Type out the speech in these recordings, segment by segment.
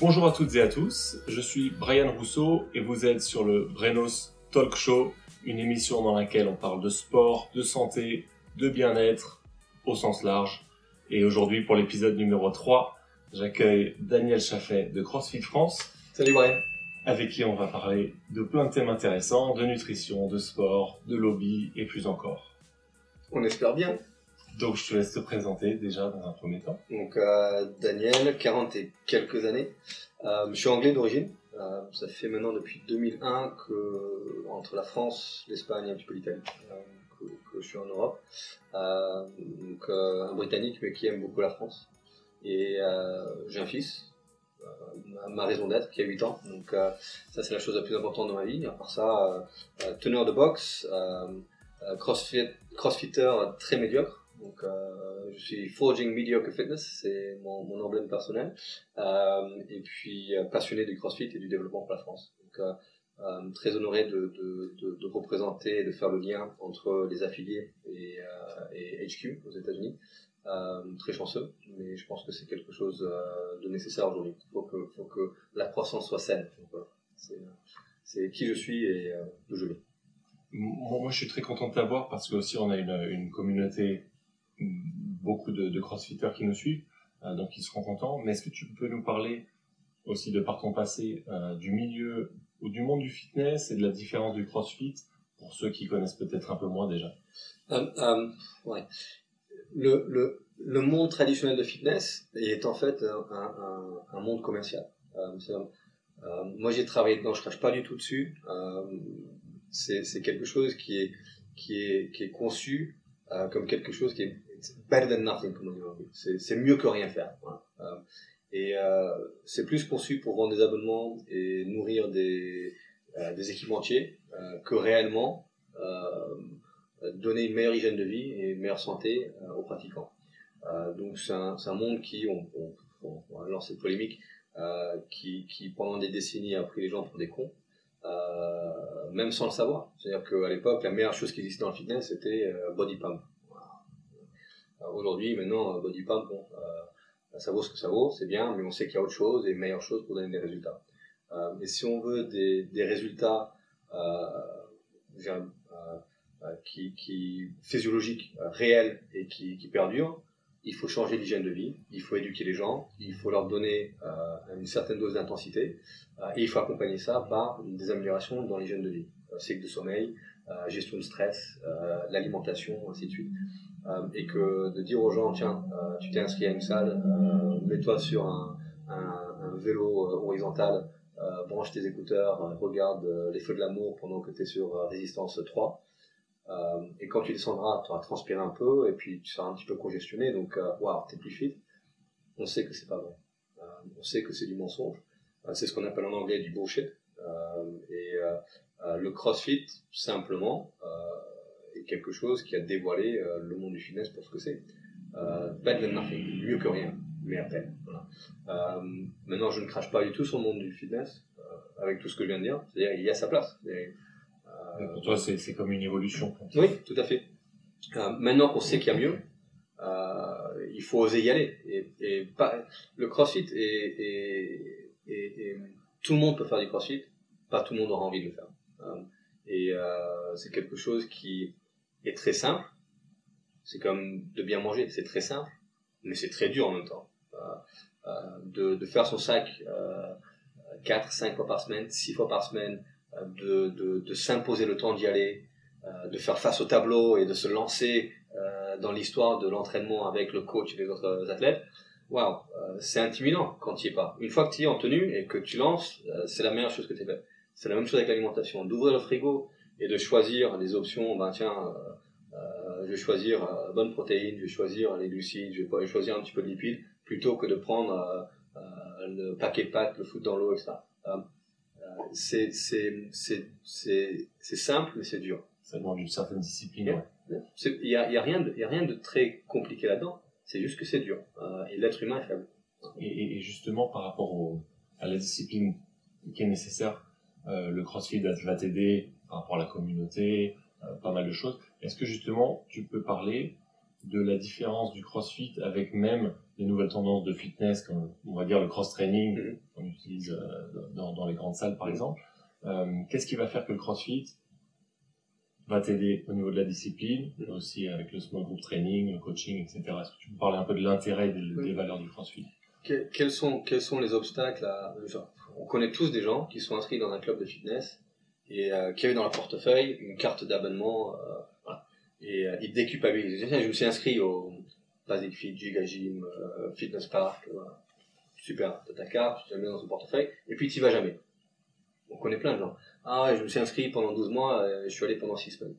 Bonjour à toutes et à tous, je suis Brian Rousseau et vous êtes sur le Brenos Talk Show, une émission dans laquelle on parle de sport, de santé, de bien-être au sens large. Et aujourd'hui, pour l'épisode numéro 3, j'accueille Daniel Chaffet de CrossFit France. Salut Brian. Avec qui on va parler de plein de thèmes intéressants, de nutrition, de sport, de lobby et plus encore. On espère bien. Donc je te laisse te présenter déjà dans un premier temps. Donc Daniel, 40 et quelques années. Je suis anglais d'origine. Ça fait maintenant depuis 2001 que entre la France, l'Espagne et un petit peu l'Italie que je suis en Europe. Donc un Britannique mais qui aime beaucoup la France. Et j'ai un fils, ma raison d'être, qui a 8 ans. Donc ça c'est la chose la plus importante dans ma vie. À part ça, teneur de boxe, crossfitter très médiocre. Donc je suis Forging Mediocre Fitness, c'est mon emblème personnel, et puis passionné du CrossFit et du développement pour la France. Donc très honoré de représenter et de faire le lien entre les affiliés et HQ aux États-Unis. Très chanceux, mais je pense que c'est quelque chose de nécessaire aujourd'hui. Il faut que la croissance soit saine. Donc, voilà. C'est qui je suis et d'où je viens. Moi, je suis très content de t'avoir parce que aussi on a une communauté, beaucoup de crossfitters qui nous suivent, donc ils seront contents. Mais est-ce que tu peux nous parler aussi de par ton passé du milieu ou du monde du fitness et de la différence du crossfit pour ceux qui connaissent peut-être un peu moins déjà? Ouais. Le monde traditionnel de fitness est en fait un monde commercial. Moi j'ai travaillé dedans, je crache pas du tout dessus. C'est quelque chose qui est conçu comme quelque chose qui est better than nothing, comme on dit en anglais. C'est mieux que rien faire. Voilà. C'est plus conçu pour vendre des abonnements et nourrir des équipementiers que réellement donner une meilleure hygiène de vie et une meilleure santé aux pratiquants. Donc c'est un monde qui, on va lancer de polémique, qui pendant des décennies a pris les gens pour des cons. Même sans le savoir. C'est-à-dire qu'à l'époque, la meilleure chose qui existait dans le fitness, c'était body pump. Voilà. Aujourd'hui, maintenant, body pump, ça vaut ce que ça vaut, c'est bien, mais on sait qu'il y a autre chose et meilleure chose pour donner des résultats. Et si on veut des résultats physiologiques, réels et qui perdurent, il faut changer l'hygiène de vie, il faut éduquer les gens, il faut leur donner une certaine dose d'intensité et il faut accompagner ça par des améliorations dans l'hygiène de vie, cycle de sommeil, gestion de stress, l'alimentation, ainsi de suite. Et que de dire aux gens, tiens, tu t'es inscrit à une salle, mets-toi sur un vélo horizontal, branche tes écouteurs, regarde les feux de l'amour pendant que tu es sur résistance 3. Et quand tu descendras, tu auras transpiré un peu et puis tu seras un petit peu congestionné, donc waouh, t'es plus fit. On sait que c'est pas vrai. On sait que c'est du mensonge. C'est ce qu'on appelle en anglais du bullshit. Le CrossFit, simplement, est quelque chose qui a dévoilé le monde du fitness pour ce que c'est. Better than nothing, mieux que rien, mais à peine. Voilà. Maintenant, je ne crache pas du tout sur le monde du fitness avec tout ce que je viens de dire. C'est-à-dire, il y a sa place. Pour toi, c'est comme une évolution. Oui, tout à fait. Maintenant qu'on sait qu'il y a mieux, il faut oser y aller. Et le CrossFit et tout le monde peut faire du CrossFit, pas tout le monde aura envie de le faire. C'est quelque chose qui est très simple. C'est comme de bien manger, c'est très simple, mais c'est très dur en même temps. De faire son sac 4, 5 fois par semaine, 6 fois par semaine, de s'imposer le temps d'y aller, de faire face au tableau et de se lancer dans l'histoire de l'entraînement avec le coach et les autres athlètes. Waouh, c'est intimidant quand tu y es pas. Une fois que tu y es en tenue et que tu lances, c'est la meilleure chose que tu as fait. C'est la même chose avec l'alimentation. D'ouvrir le frigo et de choisir les options. Ben tiens, je vais choisir bonne protéine, je vais choisir les glucides, je vais choisir un petit peu de lipides, plutôt que de prendre le paquet de pâtes, le foutre dans l'eau, etc. C'est simple, mais c'est dur. Ça demande une certaine discipline. Il y a rien de très compliqué là-dedans. C'est juste que c'est dur. Et l'être humain est faible. Et justement, par rapport à la discipline qui est nécessaire, le CrossFit va t'aider par rapport à la communauté, pas mal de choses. Est-ce que justement, tu peux parler de la différence du CrossFit avec même les nouvelles tendances de fitness, comme on va dire le cross-training qu'on utilise dans les grandes salles par exemple. Qu'est-ce qui va faire que le CrossFit va t'aider au niveau de la discipline, mais aussi avec le small group training, le coaching, etc. Est-ce que tu peux parler un peu de l'intérêt des valeurs du CrossFit? Quels sont les obstacles on connaît tous des gens qui sont inscrits dans un club de fitness et qui avaient dans leur portefeuille une carte d'abonnement voilà, et ils déculpabilisent. Je me suis inscrit au Basic Fit, Giga Gym, Fitness Park, voilà. Super, t'as ta carte, tu la mets dans ton portefeuille et puis tu y vas jamais. On connaît plein de gens. Ah ouais, je me suis inscrit pendant 12 mois, je suis allé pendant 6 semaines.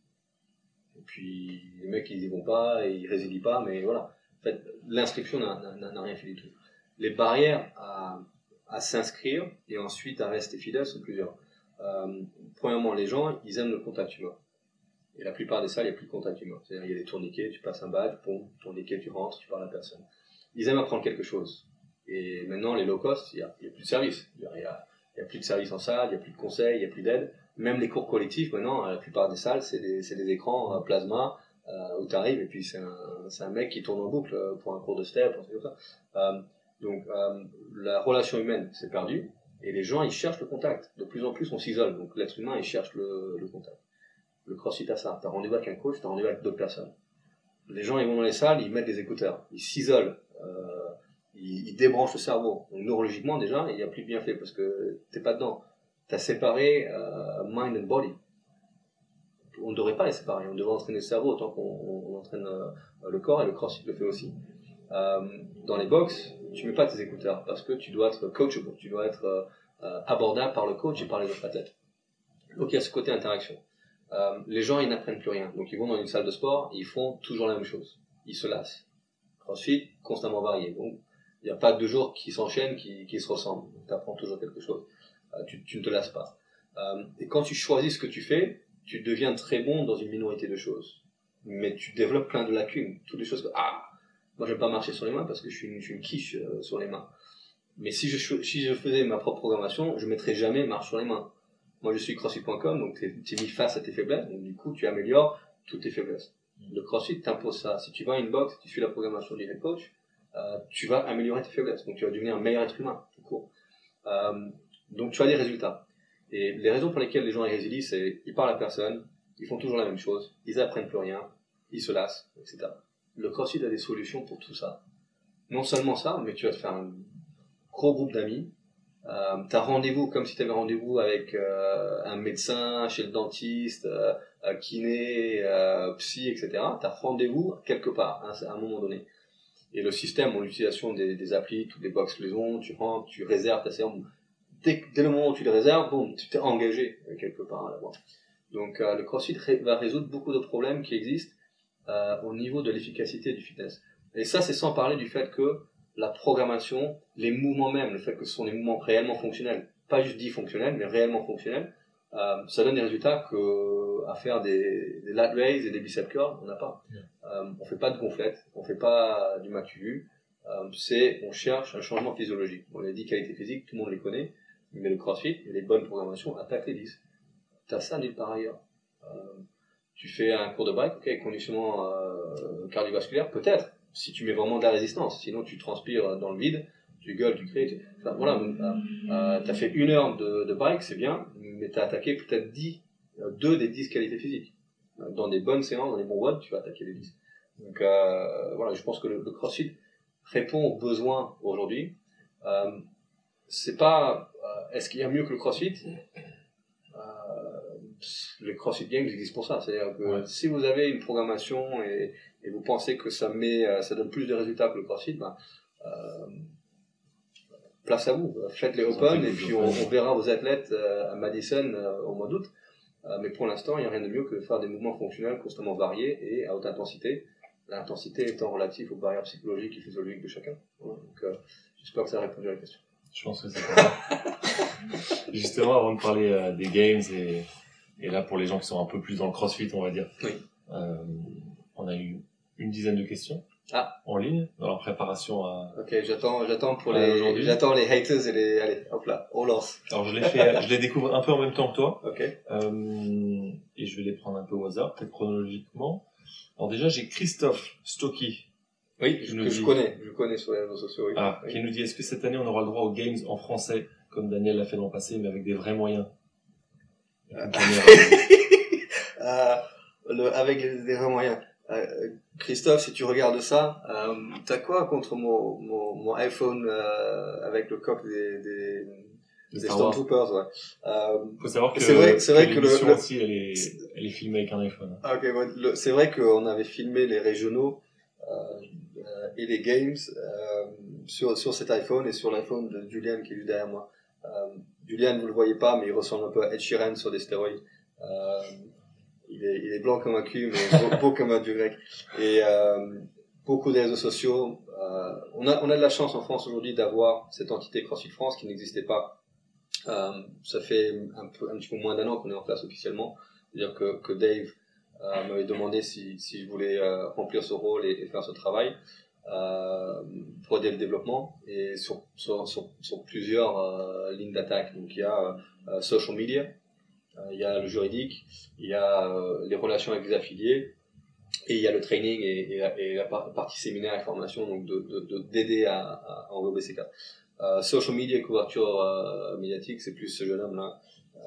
Et puis les mecs ils y vont pas, et ils résilient pas, mais voilà. En fait, l'inscription n'a rien fait du tout. Les barrières à s'inscrire et ensuite à rester fidèle sont plusieurs. Premièrement, les gens, ils aiment le contact humain. Et la plupart des salles, il n'y a plus de contact humain. C'est-à-dire, il y a des tourniquets, tu passes un badge, boum, tourniquet, tu rentres, tu parles à la personne. Ils aiment apprendre quelque chose. Et maintenant, les low cost, il n'y a plus de service. Il y a plus de service en salle, il n'y a plus de conseils, il n'y a plus d'aide. Même les cours collectifs, maintenant, la plupart des salles, c'est des écrans plasma, où tu arrives et puis c'est un mec qui tourne en boucle pour un cours de step, un truc comme ça. Donc la relation humaine s'est perdue et les gens ils cherchent le contact. De plus en plus on s'isole, donc l'être humain il cherche le contact. Le CrossFit a ça, t'as rendez-vous avec un coach, t'as rendez-vous avec d'autres personnes. Les gens ils vont dans les salles, ils mettent des écouteurs, ils s'isolent, ils débranchent le cerveau. Donc neurologiquement déjà il n'y a plus de bienfait parce que t'es pas dedans. T'as séparé mind and body. On ne devrait pas les séparer, on devrait entraîner le cerveau autant qu'on entraîne le corps, et le CrossFit le fait aussi. Dans les box, tu mets pas tes écouteurs parce que tu dois être coachable, tu dois être abordable par le coach et par les autres athlètes. Donc il y a ce côté interaction. Les gens ils n'apprennent plus rien, donc ils vont dans une salle de sport, ils font toujours la même chose, ils se lassent. CrossFit constamment varié, donc il n'y a pas 2 jours qui s'enchaînent qui se ressemblent, tu apprends toujours quelque chose, tu ne te lasses pas. Et quand tu choisis ce que tu fais, tu deviens très bon dans une minorité de choses, mais tu développes plein de lacunes, toutes les choses que moi j'aime pas marcher sur les mains parce que je suis une quiche sur les mains. Mais si je faisais ma propre programmation, je mettrais jamais marche sur les mains. Moi je suis CrossFit.com, donc tu es mis face à tes faiblesses, donc du coup tu améliores toutes tes faiblesses. Le CrossFit t'impose ça. Si tu vas à une box, tu suis la programmation du head coach, tu vas améliorer tes faiblesses, donc tu vas devenir un meilleur être humain, tout court. Donc tu as des résultats. Et les raisons pour lesquelles les gens résilient, c'est ils parlent à personne, ils font toujours la même chose, ils apprennent plus rien, ils se lassent, etc. Le CrossFit a des solutions pour tout ça. Non seulement ça, mais tu vas te faire un gros groupe d'amis. T'as rendez-vous comme si tu avais rendez-vous avec un médecin, chez le dentiste, kiné, psy, etc. T'as rendez-vous quelque part à un moment donné. Et le système, l'utilisation des applis, toutes les box les ont, tu rentres, tu réserves ta séance. Dès le moment où tu les réserves, bon, tu t'es engagé quelque part à l'avoir. Donc le CrossFit va résoudre beaucoup de problèmes qui existent au niveau de l'efficacité du fitness. Et ça, c'est sans parler du fait que la programmation, les mouvements même, le fait que ce sont des mouvements réellement fonctionnels, pas juste dits fonctionnels, mais réellement fonctionnels, ça donne des résultats que à faire des lat raise et des bicep curls, on n'a pas. On fait pas de gonflettes, on fait pas du McTU, on cherche un changement physiologique. On a dit qualité physique, tout le monde les connaît, mais le CrossFit, les bonnes programmations attaquent les 10. T'as ça nulle part ailleurs. Tu fais un cours de bike, ok, conditionnement cardiovasculaire, peut-être, si tu mets vraiment de la résistance. Sinon, tu transpires dans le vide, tu gueules, tu crées. Enfin, voilà, t'as fait 1 heure de bike, c'est bien, mais t'as attaqué peut-être 2 des 10 qualités physiques. Dans des bonnes séances, dans des bons WOD, tu vas attaquer les 10. Donc voilà, je pense que le CrossFit répond aux besoins aujourd'hui. C'est pas est-ce qu'il y a mieux que le CrossFit? Les CrossFit Games existent pour ça. C'est-à-dire que si vous avez une programmation et vous pensez que ça donne plus de résultats que le CrossFit, place à vous. Faites les Open et puis on verra vos athlètes à Madison au mois d'août. Mais pour l'instant, il n'y a rien de mieux que de faire des mouvements fonctionnels constamment variés et à haute intensité. L'intensité étant relative aux barrières psychologiques et physiologiques de chacun. Donc, j'espère que ça a répondu à la question. Je pense que c'est ça. Justement, avant de parler des games et là pour les gens qui sont un peu plus dans le CrossFit, on va dire. Oui. On a eu une dizaine de questions en ligne dans leur préparation à. Ok, j'attends pour j'attends les haters et allez, hop là, on lance. Alors je les découvre un peu en même temps que toi. Ok. et je vais les prendre un peu au hasard, peut-être chronologiquement. Alors déjà, j'ai Christophe Stocky. Oui, je connais sur les réseaux sociaux. Oui. Qui nous dit, est-ce que cette année on aura le droit aux games en français, comme Daniel l'a fait l'an passé, mais avec des vrais moyens? Avec des vrais moyens. Christophe, si tu regardes ça, t'as quoi contre mon iPhone avec le coq des Stormtroopers, ouais. Faut savoir que c'est vrai que l'émission aussi, elle est filmée avec un iPhone. Ok, bon, c'est vrai qu'on avait filmé les régionaux et les games sur cet iPhone et sur l'iPhone de Julian qui est juste derrière moi. Julian, vous le voyez pas, mais il ressemble un peu à Ed Sheeran sur des stéroïdes. Il est blanc comme un cul, mais beau comme un dieu grec. Et beaucoup de réseaux sociaux. On a de la chance en France aujourd'hui d'avoir cette entité CrossFit France qui n'existait pas. Ça fait un petit peu moins d'un an qu'on est en place officiellement. C'est-à-dire que Dave m'avait demandé si je voulais remplir ce rôle et faire ce travail pour aider le développement et sur plusieurs lignes d'attaque. Donc il y a social media, il y a le juridique, il y a les relations avec les affiliés et il y a le training et la partie séminaire et formation, donc d'aider à enlever ces cas. Social media et couverture médiatique, c'est plus ce jeune homme là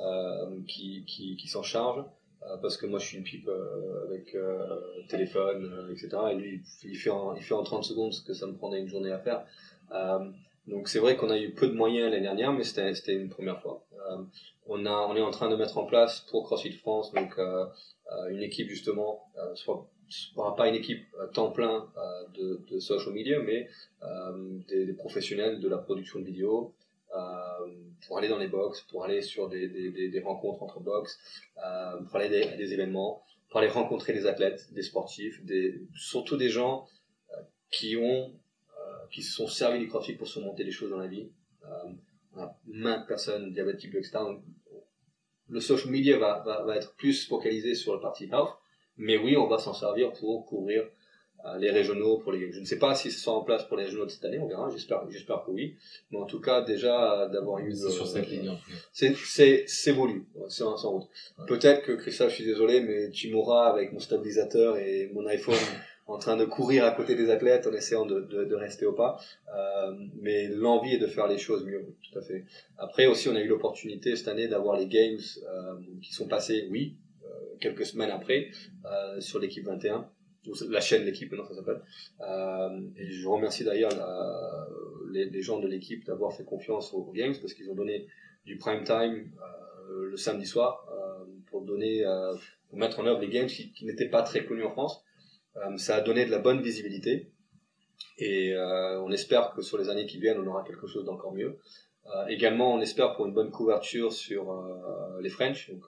qui s'en charge. Parce que moi je suis une pipe avec téléphone, etc. Et lui il fait en 30 secondes ce que ça me prendrait une journée à faire. Donc c'est vrai qu'on a eu peu de moyens l'année dernière, mais c'était une première fois. On est en train de mettre en place pour CrossFit France donc une équipe justement, pas une équipe temps plein de social media, mais des professionnels de la production de vidéos. Pour aller dans les box, pour aller sur des rencontres entre box, pour aller à des événements, pour aller rencontrer des athlètes, des sportifs, surtout des gens qui se sont servis du CrossFit pour surmonter les choses dans la vie. On a maintes personnes diabète type 2, etc. Donc, le social media va être plus focalisé sur la partie health, mais oui, on va s'en servir pour couvrir les régionaux pour les games. Je ne sais pas si ce sera en place pour les régionaux de cette année, on verra, j'espère que oui. Mais en tout cas, déjà, d'avoir eu... C'est sur cette ligne, en tout cas. C'est voulu, c'est en route. Ouais. Peut-être que Christophe, je suis désolé, mais tu mourras avec mon stabilisateur et mon iPhone en train de courir à côté des athlètes en essayant de rester au pas. Mais l'envie est de faire les choses mieux, tout à fait. Après aussi, on a eu l'opportunité cette année d'avoir les games qui sont passés, oui, quelques semaines après, sur l'équipe 21. La chaîne L'équipe, maintenant ça s'appelle. Et je remercie d'ailleurs les gens de l'équipe d'avoir fait confiance aux Games parce qu'ils ont donné du prime time le samedi soir pour mettre en œuvre les Games qui n'étaient pas très connus en France. Ça a donné de la bonne visibilité et on espère que sur les années qui viennent on aura quelque chose d'encore mieux. Également on espère pour une bonne couverture sur les French, donc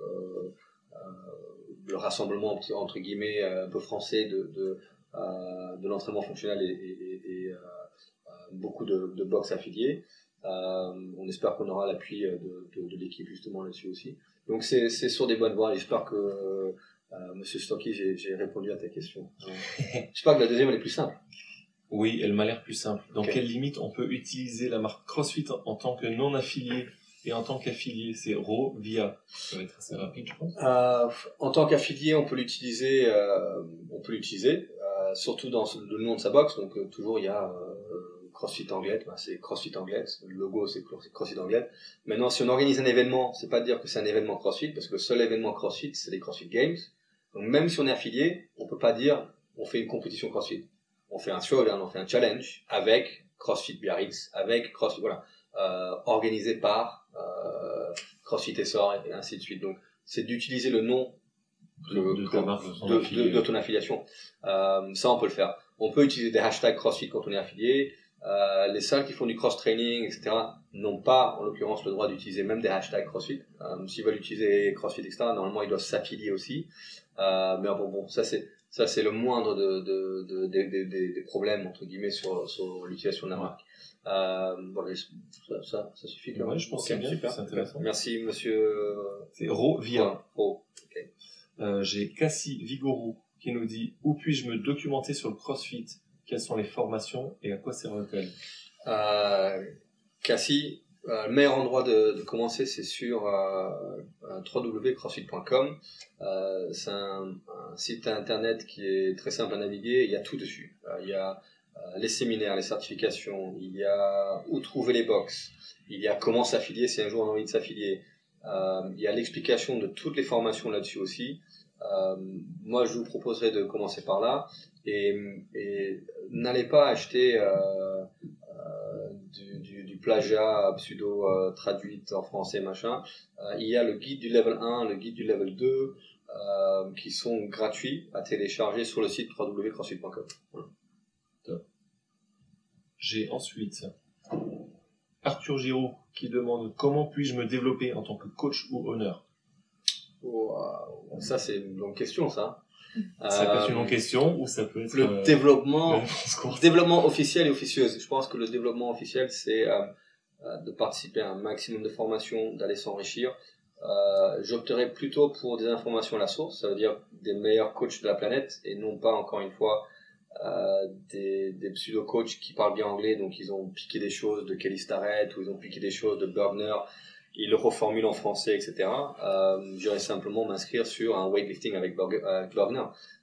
le rassemblement entre guillemets un peu français de l'entraînement fonctionnel et beaucoup de box affiliés. On espère qu'on aura l'appui de l'équipe justement là-dessus aussi. Donc c'est sur des bonnes voies. J'espère que Monsieur Stocky, j'ai répondu à ta question. J'espère que la deuxième elle est plus simple. Oui, elle m'a l'air plus simple. Dans quelle limite on peut utiliser la marque CrossFit en tant que non affilié? Et en tant qu'affilié, c'est Raw via. Ça va être assez rapide, je pense. En tant qu'affilié, on peut l'utiliser, surtout dans le nom de sa box. Donc toujours il y a CrossFit Anglette, c'est CrossFit Anglette. Le logo c'est CrossFit Anglette. Maintenant, si on organise un événement, c'est pas de dire que c'est un événement CrossFit, parce que le seul événement CrossFit, c'est les CrossFit Games. Donc même si on est affilié, on peut pas dire on fait une compétition CrossFit. On fait un throwdown, on fait un challenge avec CrossFit Biarritz, avec CrossFit, voilà, organisé par CrossFit Essor et ainsi de suite. Donc, c'est d'utiliser le nom de ton affiliation. Ça, on peut le faire. On peut utiliser des hashtags CrossFit quand on est affilié. Les salles qui font du cross-training, etc., n'ont pas, en l'occurrence, le droit d'utiliser même des hashtags CrossFit. S'ils veulent utiliser CrossFit, etc., normalement, ils doivent s'affilier aussi. Mais bon, ça c'est le moindre des problèmes, entre guillemets, sur l'utilisation de la marque. Voilà, ça suffit. Ouais, je pense que c'est bien, super. C'est intéressant. Merci, monsieur. C'est Raw via. Okay. J'ai Cassie Vigorou qui nous dit où puis-je me documenter sur le CrossFit? Quelles sont les formations et à quoi servent-elles? Cassie, Le meilleur endroit de commencer, c'est sur www.crossfit.com. C'est un site internet qui est très simple à naviguer. Il y a tout dessus. Il y a les séminaires, les certifications. Il y a où trouver les box. Il y a comment s'affilier si un jour on a envie de s'affilier. Il y a l'explication de toutes les formations là-dessus aussi. Moi, je vous proposerais de commencer par là et n'allez pas acheter du plagiat pseudo traduite en français machin. Il y a le guide du level 1, le guide du level 2 qui sont gratuits à télécharger sur le site www.crossfit.com. Voilà. J'ai ensuite Arthur Giraud qui demande comment puis-je me développer en tant que coach ou owner. Wow. Ça c'est une longue question ça. Ça peut être une longue question ou ça peut être le développement officiel et officieuse. Je pense que le développement officiel c'est de participer à un maximum de formations, d'aller s'enrichir. J'opterais plutôt pour des informations à la source, ça veut dire des meilleurs coachs de la planète et non pas encore une fois des pseudo-coachs qui parlent bien anglais, donc ils ont piqué des choses de Kelly Starrett ou ils ont piqué des choses de Bergner, ils le reformulent en français, etc. J'irais simplement m'inscrire sur un weightlifting avec Bergner.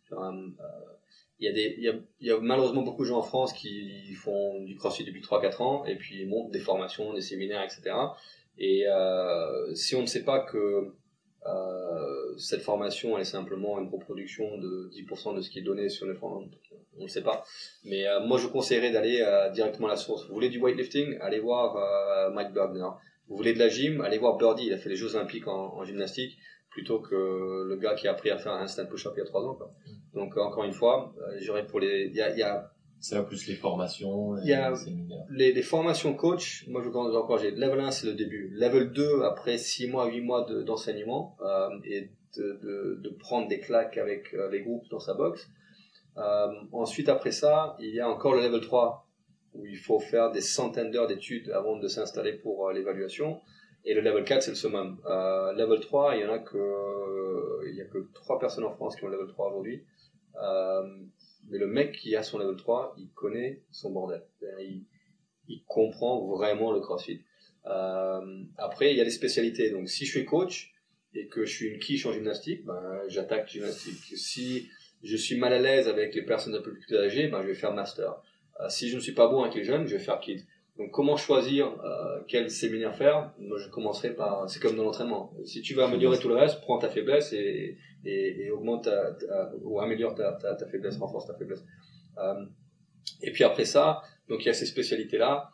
Il y a malheureusement beaucoup de gens en France qui font du CrossFit depuis 3-4 ans et puis ils montent des formations, des séminaires, etc. Et si on ne sait pas que cette formation elle est simplement une reproduction de 10% de ce qui est donné sur les formations, on ne sait pas. Mais moi je vous conseillerais d'aller directement à la source. Vous voulez du weightlifting, allez voir Mike Bergner. Vous voulez de la gym, allez voir Birdie, il a fait les Jeux Olympiques en gymnastique plutôt que le gars qui a appris à faire un handstand push-up il y a 3 ans quoi. Donc encore une fois, j'irais pour les c'est là plus les formations, il y a les formations coach. Moi je commence encore, j'ai level 1 c'est le début, level 2 après 6 mois 8 mois d'enseignement et de prendre des claques avec les groupes dans sa box. Ensuite après ça il y a encore le level 3 où il faut faire des centaines d'heures d'études avant de s'installer pour l'évaluation, et le level 4 c'est le summum. Level 3 il y a que 3 personnes en France qui ont le level 3 aujourd'hui, mais le mec qui a son level 3 il connaît son bordel, il comprend vraiment le CrossFit. Après il y a les spécialités, donc si je suis coach et que je suis une quiche en gymnastique, j'attaque gymnastique. Si je suis mal à l'aise avec les personnes un peu plus âgées, je vais faire master. Si je ne suis pas bon avec les jeunes, je vais faire kids. Donc comment choisir quel séminaire faire? Moi je commencerai par, c'est comme dans l'entraînement. Si tu veux améliorer tout le reste, prends ta faiblesse et augmente ou améliore ta faiblesse, renforce ta faiblesse. Et puis après ça, donc il y a ces spécialités là,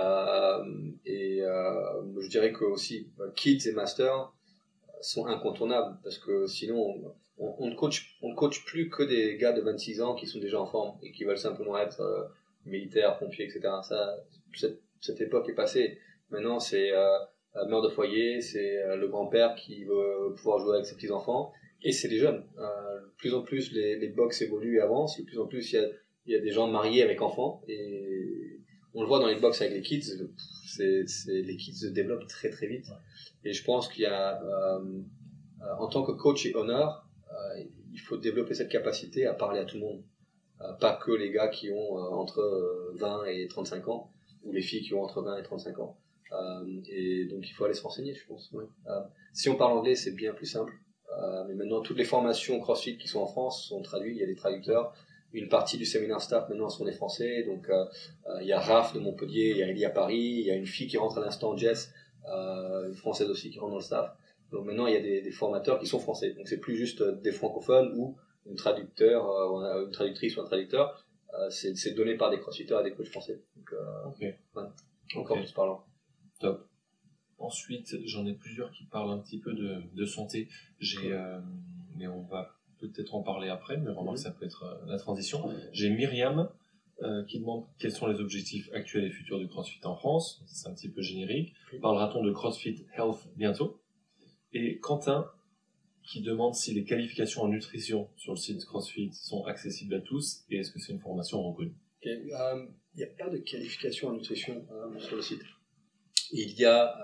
je dirais que aussi kids et master sont incontournables parce que sinon on ne coach plus que des gars de 26 ans qui sont déjà en forme et qui veulent simplement être militaires, pompiers, etc. Cette époque est passée. Maintenant c'est mère de foyer, c'est le grand-père qui veut pouvoir jouer avec ses petits-enfants, et c'est les jeunes. De plus en plus les box évoluent et avancent, de plus en plus il y a des gens mariés avec enfants, et on le voit dans les box avec les kids, les kids se développent très très vite. Et je pense qu'il y a en tant que coach et owner, il faut développer cette capacité à parler à tout le monde, pas que les gars qui ont entre 20 et 35 ans, ou les filles qui ont entre 20 et 35 ans. Et donc il faut aller se renseigner, je pense. Ouais. Si on parle anglais, c'est bien plus simple. Mais maintenant, toutes les formations CrossFit qui sont en France sont traduites, il y a des traducteurs. Une partie du séminaire staff maintenant sont des Français. Donc il y a Raph de Montpellier, il y a Elie à Paris, il y a une fille qui rentre à l'instant, Jess, une Française aussi qui rentre dans le staff. Donc maintenant, il y a des formateurs qui sont français. Donc c'est plus juste des francophones ou une traductrice ou un traducteur. C'est donné par des crossfitters à des coachs français. Donc, okay. Ouais, encore plus parlant. Top. Ensuite, j'en ai plusieurs qui parlent un petit peu de santé. Mais on va peut-être en parler après, mais vraiment que ça peut être la transition. J'ai Myriam qui demande quels sont les objectifs actuels et futurs du CrossFit en France. C'est un petit peu générique. Parlera-t-on de CrossFit Health bientôt? Et Quentin qui demande si les qualifications en nutrition sur le site CrossFit sont accessibles à tous, et est-ce que c'est une formation reconnue? Il n'y a pas de qualification en nutrition sur le site. Il y a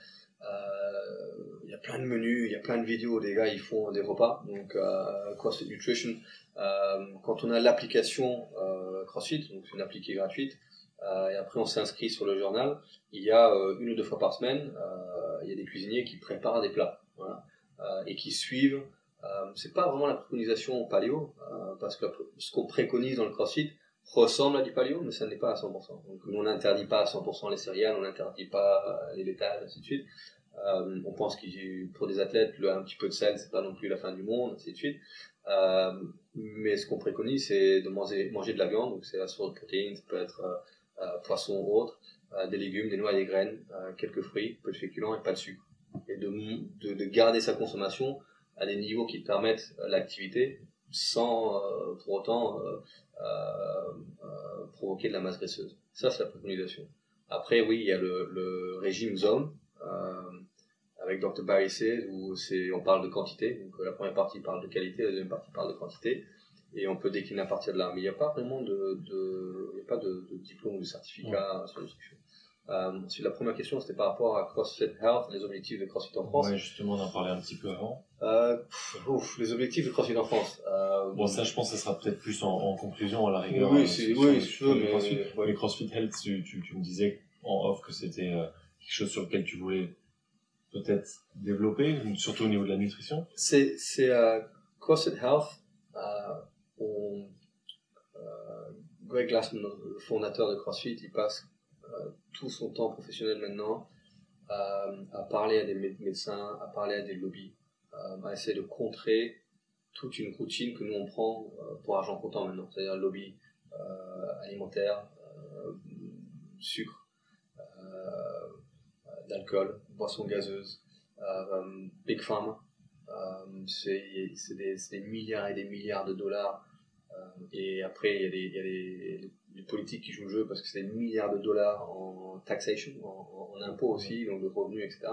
plein de menus, il y a plein de vidéos, les gars ils font des repas, donc CrossFit Nutrition. Quand on a l'application CrossFit, donc c'est une appli qui est gratuite, et après on s'inscrit sur le journal. Il y a 1 ou 2 fois par semaine, il y a des cuisiniers qui préparent des plats, voilà, et qui suivent. C'est pas vraiment la préconisation paléo, parce que ce qu'on préconise dans le CrossFit ressemble à du paléo, mais ça n'est pas à 100%. Donc on n'interdit pas à 100% les céréales, on n'interdit pas les laitages, ainsi de suite. On pense que pour des athlètes, un petit peu de sel, c'est pas non plus la fin du monde, ainsi de suite. Mais ce qu'on préconise, c'est de manger de la viande, donc c'est la source de protéines, ça peut être poisson ou autre, des légumes, des noix et des graines, quelques fruits, peu de féculents et pas de sucre. Et de garder sa consommation à des niveaux qui permettent l'activité sans pour autant provoquer de la masse graisseuse. Ça, c'est la préconisation. Après, oui, il y a le régime ZOM, avec Dr. Barry Say, où on parle de quantité. Donc, la première partie parle de qualité, la deuxième partie parle de quantité. Et on peut décliner à partir de là. Mais il n'y a pas vraiment de diplôme ou de certificat sur l'instruction. Ensuite, la première question, c'était par rapport à CrossFit Health, les objectifs de CrossFit en France. Ouais, justement, on en parlait un petit peu avant. Les objectifs de CrossFit en France. Bon, ça, je pense que ça sera peut-être plus en conclusion, à la rigueur. Oui, si tu veux, mais CrossFit. Mais CrossFit Health, tu me disais en off que c'était quelque chose sur lequel tu voulais peut-être développer, surtout au niveau de la nutrition. C'est CrossFit Health. Greg Glassman, le fondateur de CrossFit, il passe tout son temps professionnel maintenant à parler à des médecins, à parler à des lobbies, à essayer de contrer toute une routine que nous on prend pour argent comptant maintenant, c'est-à-dire lobby alimentaire, sucre, d'alcool, boissons gazeuses, Big Pharma, c'est des milliards et des milliards de dollars. Et après, il y a les politiques qui jouent le jeu parce que c'est des milliards de dollars en taxation, en impôts aussi, donc de revenus, etc.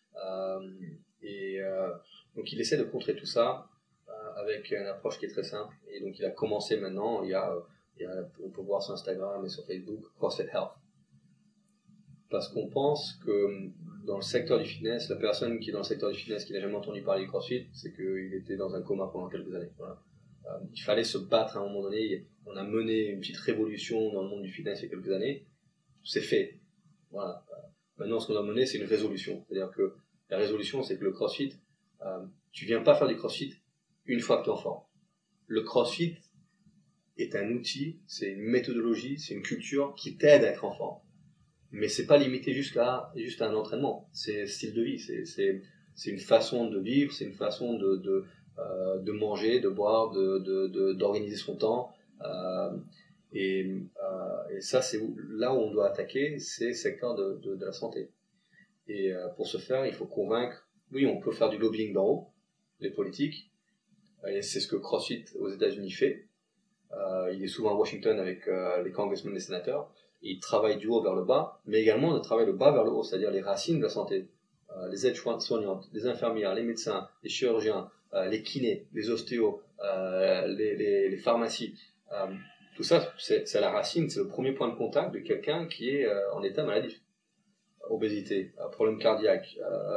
Donc il essaie de contrer tout ça avec une approche qui est très simple. Et donc il a commencé maintenant, on peut voir sur Instagram et sur Facebook, CrossFit Health. Parce qu'on pense que dans le secteur du fitness, la personne qui est dans le secteur du fitness qui n'a jamais entendu parler du CrossFit, c'est qu'il était dans un coma pendant quelques années. Voilà. Il fallait se battre à un moment donné. On a mené une petite révolution dans le monde du fitness il y a quelques années. C'est fait. Voilà. Maintenant, ce qu'on a mené, c'est une résolution. C'est-à-dire que la résolution, c'est que le CrossFit, tu viens pas faire du CrossFit une fois que tu es en forme. Le CrossFit est un outil, c'est une méthodologie, c'est une culture qui t'aide à être en forme. Mais c'est pas limité juste à un entraînement. C'est un style de vie. C'est une façon de vivre, c'est une façon de manger, de boire, d'organiser son temps. Et ça, c'est là où on doit attaquer, c'est le secteur de la santé. Et pour ce faire, il faut convaincre. Oui, on peut faire du lobbying d'en haut, les politiques. Et c'est ce que CrossFit aux États-Unis fait. Il est souvent à Washington avec les congressmen, les sénateurs. Il travaille du haut vers le bas, mais également de travailler le bas vers le haut, c'est-à-dire les racines de la santé. Les aides-soignantes, les infirmières, les médecins, les chirurgiens, les kinés, les ostéos, les pharmacies. Tout ça, c'est la racine, c'est le premier point de contact de quelqu'un qui est en état maladif. Obésité, problème cardiaque,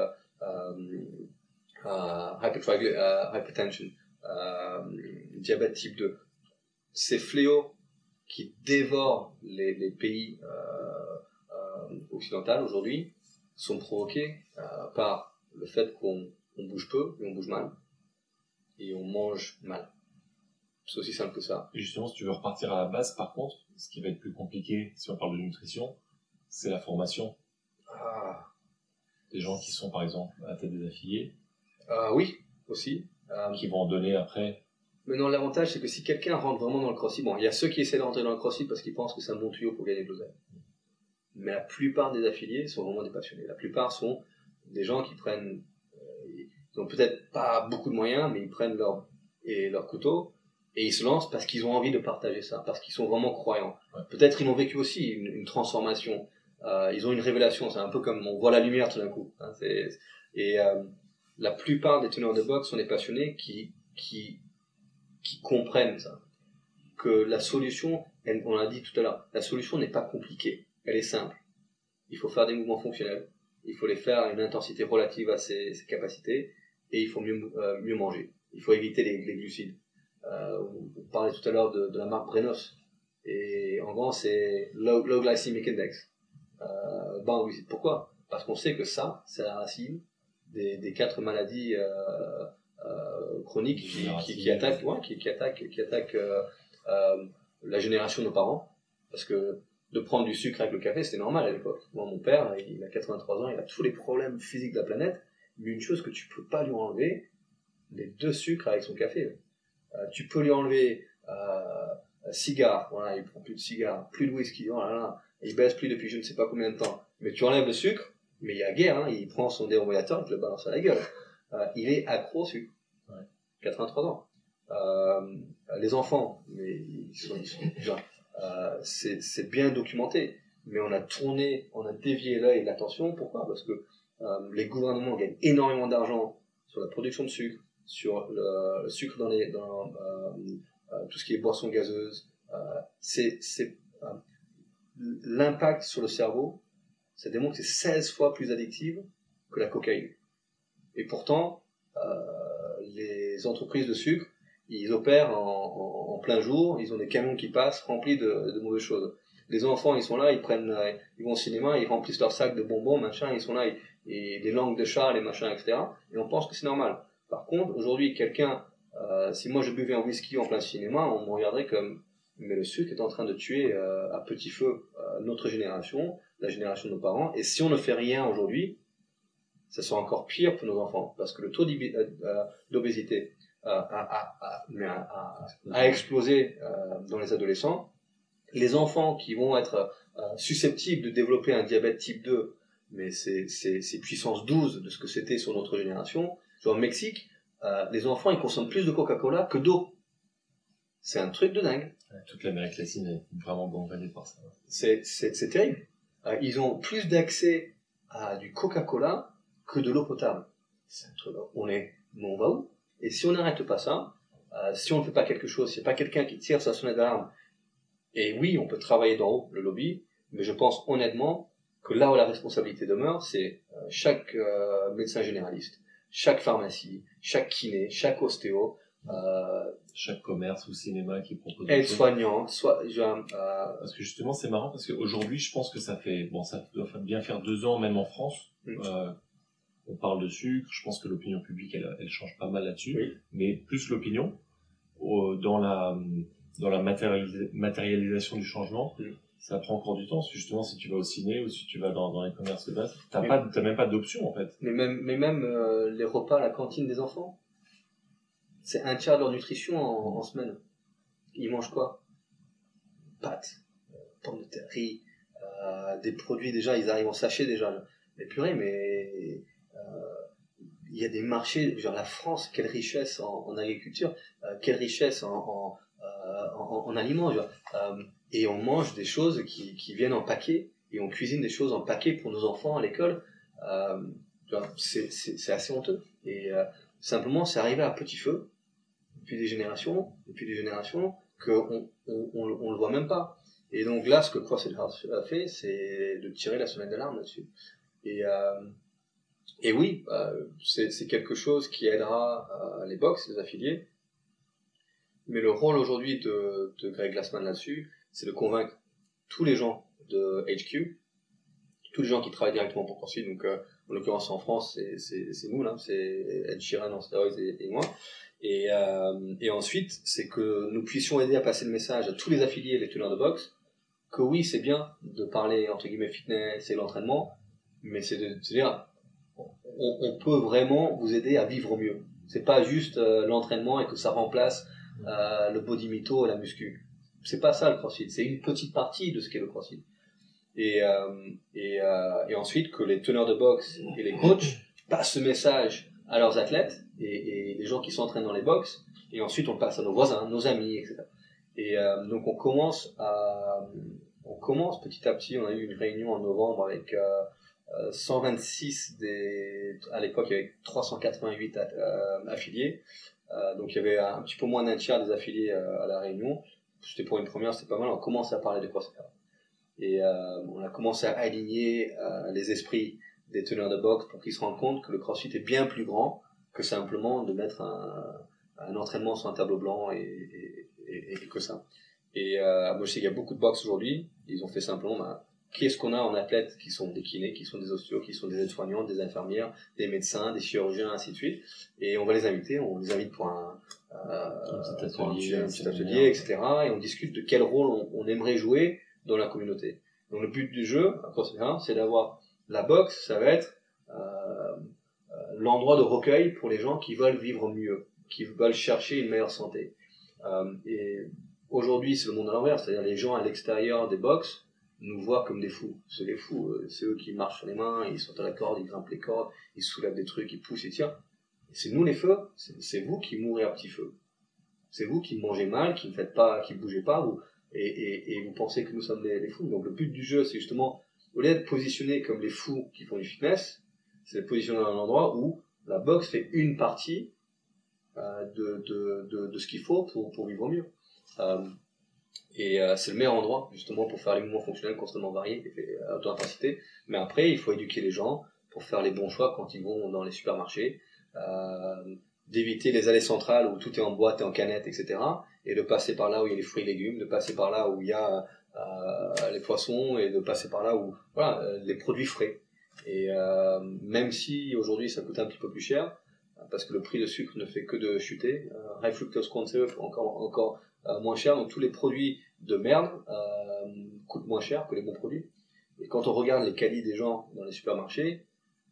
hypertension, diabète type 2. Ces fléaux qui dévorent les pays occidentaux aujourd'hui sont provoqués par le fait qu'on bouge peu et on bouge mal et on mange mal. C'est aussi simple que ça. Et justement, si tu veux repartir à la base, par contre, ce qui va être plus compliqué si on parle de nutrition, c'est la formation. Des gens qui sont, par exemple, à la tête des affiliés. Oui, aussi. Qui vont en donner après. Mais non, l'avantage, c'est que si quelqu'un rentre vraiment dans le CrossFit, bon, il y a ceux qui essaient de rentrer dans le CrossFit parce qu'ils pensent que c'est un bon tuyau pour gagner de l'oseille. Mais la plupart des affiliés sont vraiment des passionnés. La plupart sont des gens qui prennent, ils n'ont peut-être pas beaucoup de moyens, mais ils prennent leur couteau et ils se lancent parce qu'ils ont envie de partager ça, parce qu'ils sont vraiment croyants. Ouais. Peut-être ils ont vécu aussi une transformation. Ils ont une révélation. C'est un peu comme on voit la lumière tout d'un coup. Hein, la plupart des teneurs de boxe sont des passionnés qui comprennent ça. Que la solution, on l'a dit tout à l'heure, la solution n'est pas compliquée. Elle est simple. Il faut faire des mouvements fonctionnels. Il faut les faire à une intensité relative à ses capacités. Et il faut mieux manger. Il faut éviter les glucides. On parlait tout à l'heure de la marque Brenos. Et en gros, c'est low glycemic index. Bas glucide. Pourquoi? Parce qu'on sait que ça, c'est la racine des 4 maladies chroniques qui attaquent la génération de nos parents. Parce que de prendre du sucre avec le café, c'était normal à l'époque. Moi, mon père, il a 83 ans, il a tous les problèmes physiques de la planète, mais une chose que tu peux pas lui enlever, les 2 sucres avec son café. Tu peux lui enlever cigare, voilà, il prend plus de cigares, plus de whisky, oh là là, il baisse plus depuis je ne sais pas combien de temps. Mais tu enlèves le sucre, mais il y a guerre, hein, il prend son déambulateur, il te le balance à la gueule. Il est accro au sucre. Ouais. 83 ans. Les enfants, mais ils sont genre, c'est bien documenté, mais on a dévié l'œil et l'attention. Pourquoi? Parce que les gouvernements gagnent énormément d'argent sur la production de sucre, sur le sucre dans tout ce qui est boissons gazeuses. L'impact sur le cerveau, ça démontre que c'est 16 fois plus addictif que la cocaïne. Et pourtant, les entreprises de sucre, ils opèrent en plein jour, ils ont des camions qui passent remplis de mauvaises choses. Les enfants, ils sont là, ils vont au cinéma, ils remplissent leur sac de bonbons, machin, ils sont là, et des langues de chat, les machins, etc. Et on pense que c'est normal. Par contre, aujourd'hui, si moi je buvais un whisky en plein cinéma, on me regarderait comme, mais le sucre est en train de tuer à petit feu notre génération, la génération de nos parents, et si on ne fait rien aujourd'hui, ça sera encore pire pour nos enfants, parce que le taux d'obésité a explosé dans les adolescents. Les enfants qui vont être susceptibles de développer un diabète type 2, mais c'est puissance 12 de ce que c'était sur notre génération. Genre au Mexique, les enfants ils consomment plus de Coca-Cola que d'eau. C'est un truc de dingue. Toute l'Amérique latine est vraiment gangrénée par ça. C'est terrible. Ils ont plus d'accès à du Coca-Cola que de l'eau potable. C'est un truc. Mais on va où? Et si on n'arrête pas ça, si on ne fait pas quelque chose, s'il n'y a pas quelqu'un qui tire sa sonnette d'alarme, et oui, on peut travailler d'en haut, le lobby, mais je pense honnêtement que là où la responsabilité demeure, c'est chaque médecin généraliste, chaque pharmacie, chaque kiné, chaque ostéo, chaque commerce ou cinéma qui propose aide-soignant, parce que justement c'est marrant parce qu'aujourd'hui je pense que ça doit bien faire 2 ans même en France. On parle de sucre, je pense que l'opinion publique elle change pas mal là-dessus, oui. Mais plus l'opinion dans la matérialisation du changement, ça prend encore du temps. Justement, si tu vas au ciné ou si tu vas dans les commerces de base, t'as même pas d'option en fait. Mais même les repas à la cantine des enfants, c'est un tiers de leur nutrition en semaine. Ils mangent quoi? Pâtes, pommes de terre, riz, des produits déjà, ils arrivent en sachet déjà. Mais purée, il y a des marchés, genre la France, quelle richesse en agriculture, quelle richesse en aliments, et on mange des choses qui viennent en paquet, et on cuisine des choses en paquet pour nos enfants à l'école. C'est assez honteux. Et simplement, c'est arrivé à petit feu, depuis des générations, qu'on on le voit même pas. Et donc là, ce que CrossFit House a fait, c'est de tirer la sonnette d'alarme là-dessus. Et oui, c'est quelque chose qui aidera les box, les affiliés. Mais le rôle aujourd'hui de Greg Glassman là-dessus, c'est de convaincre tous les gens de HQ, tous les gens qui travaillent directement pour CrossFit. Donc, en l'occurrence en France, c'est nous là, c'est Ed Sheeran en stéroïdes et moi. Et ensuite, c'est que nous puissions aider à passer le message à tous les affiliés, les teneurs de boxe, que oui, c'est bien de parler entre guillemets fitness et l'entraînement, mais c'est de dire on peut vraiment vous aider à vivre mieux. C'est pas juste l'entraînement et que ça remplace le body mytho et la muscu. C'est pas ça le CrossFit, c'est une petite partie de ce qu'est le CrossFit. Et ensuite que les teneurs de boxe et les coachs passent ce message à leurs athlètes et les gens qui s'entraînent dans les box, et ensuite on le passe à nos voisins, nos amis, etc. Et donc on commence petit à petit. On a eu une réunion en novembre avec 126 à l'époque il y avait 388 affiliés, donc il y avait un petit peu moins d'un tiers des affiliés à la réunion. C'était pour une première, c'était pas mal. On commence à parler de CrossFit et on a commencé à aligner les esprits des teneurs de boxe pour qu'ils se rendent compte que le CrossFit est bien plus grand que simplement de mettre un entraînement sur un tableau blanc et que ça. Et moi je sais qu'il y a beaucoup de box aujourd'hui, ils ont fait simplement, qu'est-ce qu'on a en athlètes qui sont des kinés, qui sont des ostéos, qui sont des aides-soignantes, des infirmières, des médecins, des chirurgiens, ainsi de suite. Et on va les inviter, on les invite pour un petit atelier, etc. Et on discute de quel rôle on aimerait jouer dans la communauté. Donc le but du jeu, c'est d'avoir la boxe, ça va être l'endroit de recueil pour les gens qui veulent vivre mieux, qui veulent chercher une meilleure santé. Et aujourd'hui, c'est le monde à l'envers, c'est-à-dire les gens à l'extérieur des box nous voient comme des fous. C'est des fous, c'est eux qui marchent sur les mains, ils sautent à la corde, ils grimpent les cordes, ils soulèvent des trucs, ils poussent, ils tirent. Et c'est nous les feux, c'est vous qui mourrez à petit feu. C'est vous qui mangez mal, qui ne faites pas, qui bougez pas, et vous pensez que nous sommes les fous. Donc le but du jeu, c'est justement, au lieu d'être positionné comme les fous qui font du fitness, c'est de positionner dans un endroit où la boxe fait une partie de ce qu'il faut pour vivre mieux. C'est le meilleur endroit justement pour faire les mouvements fonctionnels constamment variés et à haute intensité. Mais après, il faut éduquer les gens pour faire les bons choix quand ils vont dans les supermarchés, d'éviter les allées centrales où tout est en boîte et en canette, etc. Et de passer par là où il y a les fruits et légumes, de passer par là où il y a les poissons et de passer par là où les produits frais. Et même si aujourd'hui ça coûte un petit peu plus cher, parce que le prix de sucre ne fait que de chuter, high fructose corn syrup encore moins cher, donc tous les produits de merde coûtent moins cher que les bons produits. Et quand on regarde les qualis des gens dans les supermarchés,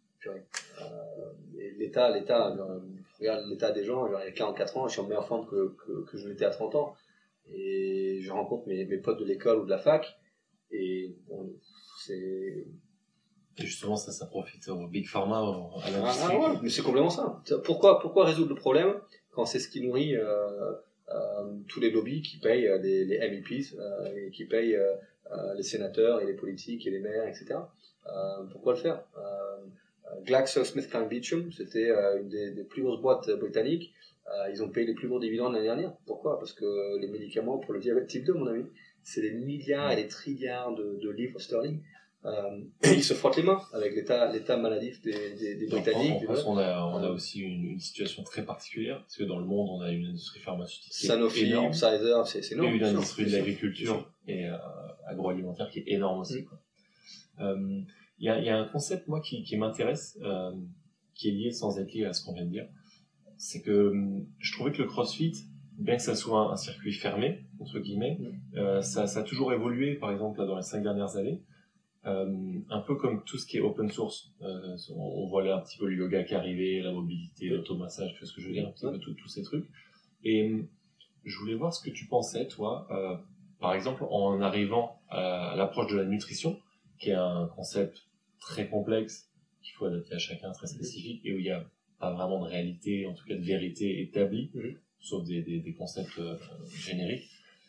l'état, regarde l'état des gens, il y a 44 ans, je suis en meilleure forme que je l'étais à 30 ans. Et je rencontre mes potes de l'école ou de la fac, et bon, c'est... Et justement, ça profite au Big Pharma, à l'industrie. Ouais, mais c'est complètement ça. Pourquoi résoudre le problème quand c'est ce qui nourrit tous les lobbies qui payent les MEPs, et qui payent les sénateurs et les politiques et les maires, etc. Pourquoi le faire GlaxoSmithKline Beecham, c'était une des plus grosses boîtes britanniques. Ils ont payé les plus gros dividendes l'année dernière. Pourquoi ? Parce que les médicaments pour le diabète type 2, mon ami, c'est des milliards et des trilliards de livres sterling. Ils se frottent les mains avec l'état maladif des Britanniques. En France, on a aussi une situation très particulière, parce que dans le monde, on a une industrie pharmaceutique Sanofi, énorme, Pfizer, c'est énorme. Et une industrie de l'agriculture et agroalimentaire qui est énorme aussi. Il y a un concept, moi, qui m'intéresse, qui est lié sans être lié à ce qu'on vient de dire. C'est que je trouvais que le CrossFit, bien que ça soit un circuit fermé, entre guillemets, ça a toujours évolué, par exemple, là, dans les 5 dernières années. Un peu comme tout ce qui est open source, on voit là un petit peu le yoga qui est arrivé, la mobilité, l'automassage, tu vois ce que je veux dire, un petit peu tous ces trucs. Et je voulais voir ce que tu pensais, toi, par exemple, en arrivant à l'approche de la nutrition, qui est un concept très complexe, qu'il faut adapter à chacun, très spécifique, et où il n'y a pas vraiment de réalité, en tout cas de vérité établie, sauf des concepts génériques.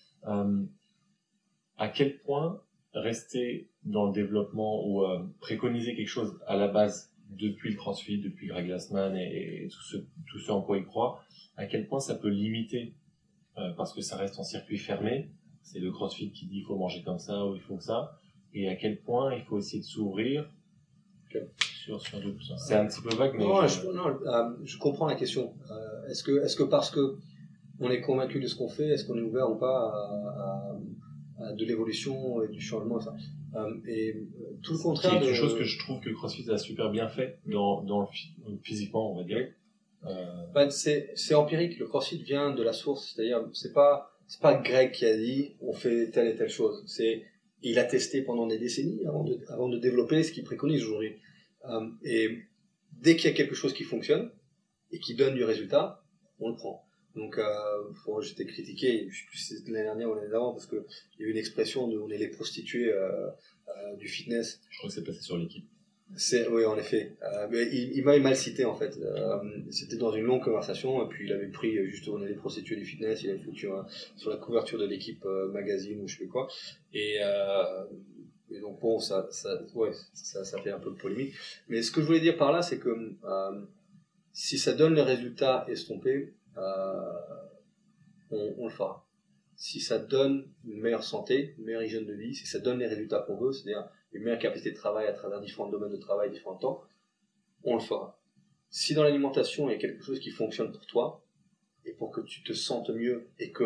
À quel point rester dans le développement ou préconiser quelque chose à la base depuis le CrossFit, depuis Greg Glassman et tout ce en quoi il croit, à quel point ça peut limiter, parce que ça reste en circuit fermé, c'est le CrossFit qui dit il faut manger comme ça ou il faut ça, et à quel point il faut essayer de s'ouvrir sur d'autres choses. C'est un petit peu vague, mais... Je comprends la question. Est-ce que parce que on est convaincu de ce qu'on fait, est-ce qu'on est ouvert ou pas à de l'évolution et du changement, ça. Tout le contraire. C'est quelque chose que je trouve que CrossFit a super bien fait physiquement, on va dire. C'est empirique. Le CrossFit vient de la source, c'est-à-dire c'est pas Greg qui a dit on fait telle et telle chose. Il a testé pendant des décennies avant de développer ce qu'il préconise aujourd'hui. Et dès qu'il y a quelque chose qui fonctionne et qui donne du résultat, on le prend. Donc, j'étais critiqué, je sais plus si c'était l'année dernière ou l'année d'avant, parce que il y a eu une expression de on est les prostituées du fitness. Je crois que c'est passé sur l'équipe. Oui, en effet. Mais il m'avait mal cité, en fait. C'était dans une longue conversation, et puis il avait pris juste on est les prostituées du fitness, il avait foutu sur la couverture de l'équipe magazine ou je sais plus quoi. Et donc bon, ça fait un peu de polémique. Mais ce que je voulais dire par là, c'est que si ça donne les résultats estompés, on le fera. Si ça donne une meilleure santé, une meilleure hygiène de vie, si ça donne les résultats qu'on veut, c'est-à-dire une meilleure capacité de travail à travers différents domaines de travail, différents temps, on le fera. Si dans l'alimentation il y a quelque chose qui fonctionne pour toi, et pour que tu te sentes mieux, et que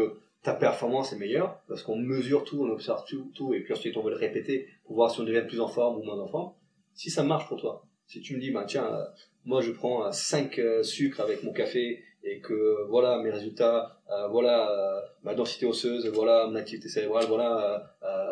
ta performance est meilleure, parce qu'on mesure tout, on observe tout, et puis ensuite on veut le répéter pour voir si on devient plus en forme ou moins en forme. Si ça marche pour toi, si tu me dis, tiens, moi je prends 5 sucres avec mon café, et que voilà mes résultats, voilà ma densité osseuse, voilà mon activité cérébrale, voilà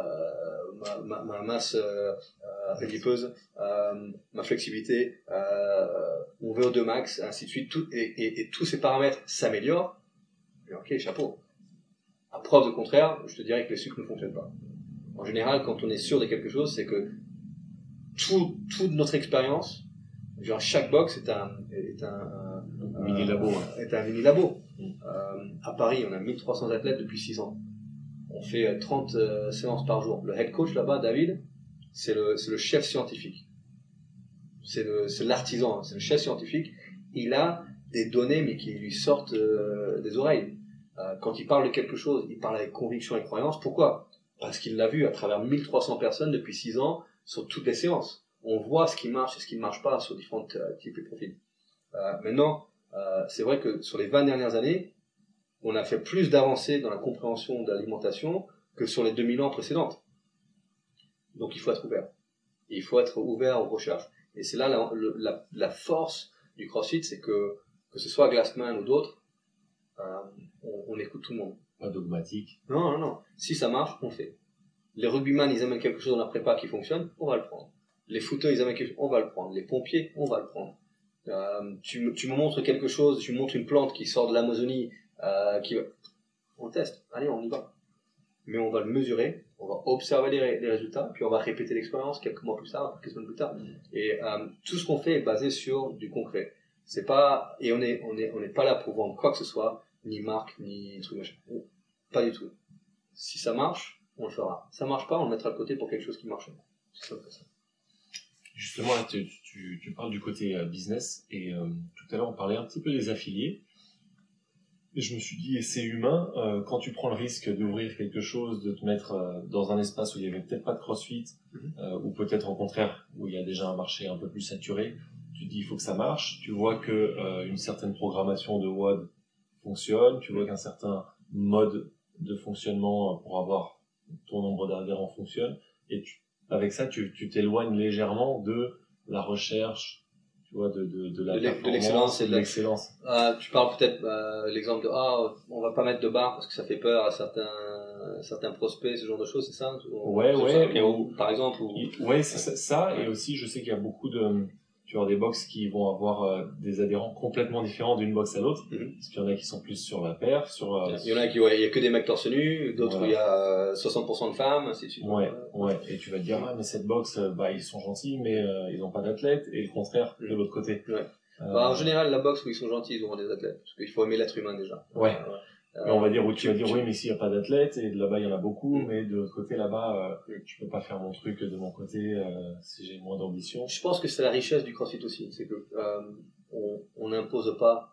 ma masse adipeuse, ma flexibilité, mon VO2 max, ainsi de suite, et tous ces paramètres s'améliorent, ok, chapeau. À preuve de contraire, je te dirais que les sucres ne fonctionnent pas. En général, quand on est sûr de quelque chose, c'est que toute notre expérience, genre chaque box est un mini-labo. Est un mini-labo. À Paris, on a 1300 athlètes depuis 6 ans. On fait 30 séances par jour. Le head coach là-bas, David, c'est le chef scientifique. C'est l'artisan, c'est le chef scientifique. Il a des données, mais qui lui sortent des oreilles. Quand il parle de quelque chose, il parle avec conviction et croyance. Pourquoi ? Parce qu'il l'a vu à travers 1300 personnes depuis 6 ans sur toutes les séances. On voit ce qui marche et ce qui ne marche pas sur différents types de profils. Maintenant, c'est vrai que sur les 20 dernières années, on a fait plus d'avancées dans la compréhension de l'alimentation que sur les 2000 ans précédentes. Donc il faut être ouvert. Et il faut être ouvert aux recherches. Et c'est là la force du CrossFit, c'est que ce soit Glassman ou d'autres, on écoute tout le monde. Pas dogmatique. Non. Si ça marche, on le fait. Les rugbyman, ils amènent quelque chose dans la prépa qui fonctionne, on va le prendre. Les footeux, ils amènent quelque chose, on va le prendre. Les pompiers, on va le prendre. Tu me montres quelque chose, tu me montres une plante qui sort de l'Amazonie, on teste. Allez, on y va. Mais on va le mesurer, on va observer les résultats, puis on va répéter l'expérience quelques mois plus tard, quelques semaines plus tard. Et tout ce qu'on fait est basé sur du concret. C'est pas, et on n'est pas là pour vendre quoi que ce soit, ni marque, ni truc machin. Pas du tout. Si ça marche, on le fera. Ça marche pas, on le mettra de côté pour quelque chose qui marche. C'est simple que ça. Justement, là, tu parles du côté business, et tout à l'heure on parlait un petit peu des affiliés. Et je me suis dit, et c'est humain, quand tu prends le risque d'ouvrir quelque chose, de te mettre dans un espace où il y avait peut-être pas de CrossFit, ou peut-être au contraire, où il y a déjà un marché un peu plus saturé, tu te dis il faut que ça marche, tu vois que une certaine programmation de WOD fonctionne, tu vois qu'un certain mode de fonctionnement pour avoir ton nombre d'adhérents fonctionne, et avec ça tu t'éloignes légèrement de la recherche, tu vois, de la performance, de l'excellence et de l'excellence. Tu parles peut-être l'exemple de on va pas mettre de barre parce que ça fait peur à certains prospects, ce genre de choses, c'est ça? Par exemple, ouais, c'est ça. Et aussi, je sais qu'il y a beaucoup de, tu vois, des box qui vont avoir des adhérents complètement différents d'une box à l'autre. Parce qu'il y en a qui sont plus sur la perf, il y en a qui, il y a que des mecs torse nu, d'autres où il y a 60% de femmes, ainsi de suite. Ouais. Et tu vas te dire, mais cette box, ils sont gentils, mais ils ont pas d'athlètes, et le contraire de l'autre côté. Ouais. En général, la boxe où ils sont gentils, ils auront des athlètes. Parce qu'il faut aimer l'être humain déjà. Ouais. Mais on va dire, tu vas dire, oui, mais s'il n'y a pas d'athlètes, et là-bas, il y en a beaucoup, mais de l'autre côté, là-bas, je peux pas faire mon truc de mon côté, si j'ai moins d'ambition. Je pense que c'est la richesse du CrossFit aussi. C'est que, on n'impose pas,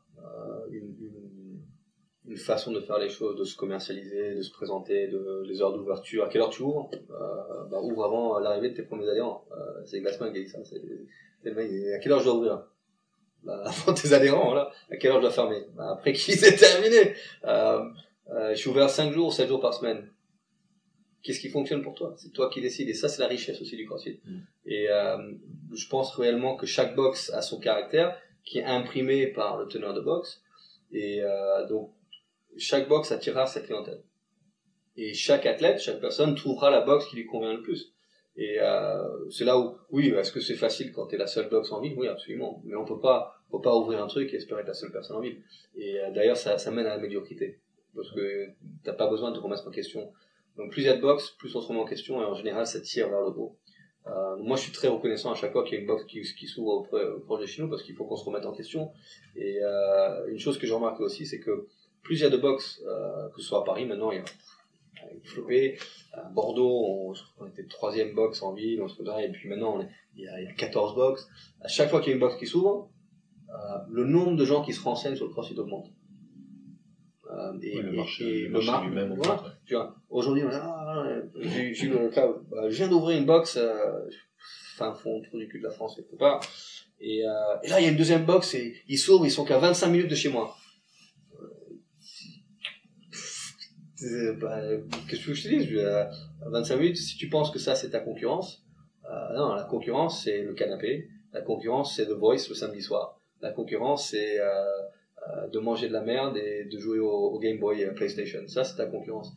une façon de faire les choses, de se commercialiser, de se présenter, les heures d'ouverture, à quelle heure tu ouvres, ouvre avant l'arrivée de tes premiers adhérents. C'est Glassman qui a dit ça. À quelle heure je dois ouvrir? Avant tes adhérents, là, à quelle heure je dois fermer? Après qu'il s'est terminé. Je suis ouvert 5 jours, 7 jours par semaine. Qu'est-ce qui fonctionne pour toi? C'est toi qui décides. Et ça, c'est la richesse aussi du CrossFit. Et je pense réellement que chaque box a son caractère, qui est imprimé par le teneur de box. Et donc, chaque box attirera sa clientèle. Et chaque athlète, chaque personne trouvera la box qui lui convient le plus. Et c'est là où, oui, est-ce que c'est facile quand t'es la seule box en ville? Oui, absolument. Mais on peut pas ouvrir un truc et espérer être la seule personne en ville. Et d'ailleurs, ça mène à la médiocrité. Parce que t'as pas besoin de te remettre en question. Donc plus il y a de box, plus on se remet en question, et en général, ça tire vers le haut. Moi, je suis très reconnaissant à chaque fois qu'il y a une box qui s'ouvre proche de chez nous, parce qu'il faut qu'on se remette en question. Et une chose que j'ai remarqué aussi, c'est que plus il y a de box, que ce soit à Paris, maintenant, il y a flopé. À Bordeaux, on était 3e box en ville, et puis maintenant, il y a 14 box. À chaque fois qu'il y a une box qui s'ouvre, le nombre de gens qui se renseignent sur le CrossFit augmente. Le marché lui-même augmente. Tu vois, aujourd'hui, j'ai eu le cas, je viens d'ouvrir une box, fin fond, trou du cul de la France, quelque part. Et là, il y a une deuxième box, et ils s'ouvrent, ils sont qu'à 25 minutes de chez moi. Qu'est-ce que je te dis, 25 minutes, si tu penses que ça c'est ta concurrence, non, la concurrence c'est le canapé, la concurrence c'est The Voice le samedi soir, la concurrence c'est de manger de la merde et de jouer au Game Boy PlayStation, ça c'est ta concurrence.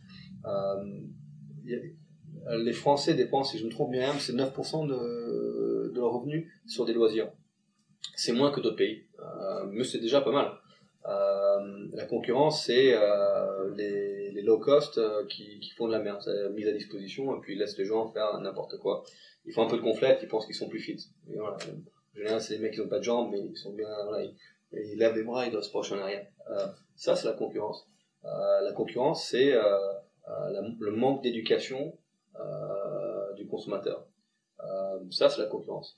Les Français dépensent, si je me trompe bien, c'est 9% de leurs revenus sur des loisirs. C'est moins que d'autres pays, mais c'est déjà pas mal. La concurrence, c'est les low cost qui font de la merde, mise à disposition, et puis ils laissent les gens faire n'importe quoi. Ils font un peu de gonflette, ils pensent qu'ils sont plus fit. Et voilà. En général, c'est les mecs qui n'ont pas de jambes, mais ils sont bien, voilà, ils lèvent les bras, ils doivent se pencher en arrière. Ça, c'est la concurrence. La concurrence, c'est le manque d'éducation du consommateur. Ça, c'est la concurrence.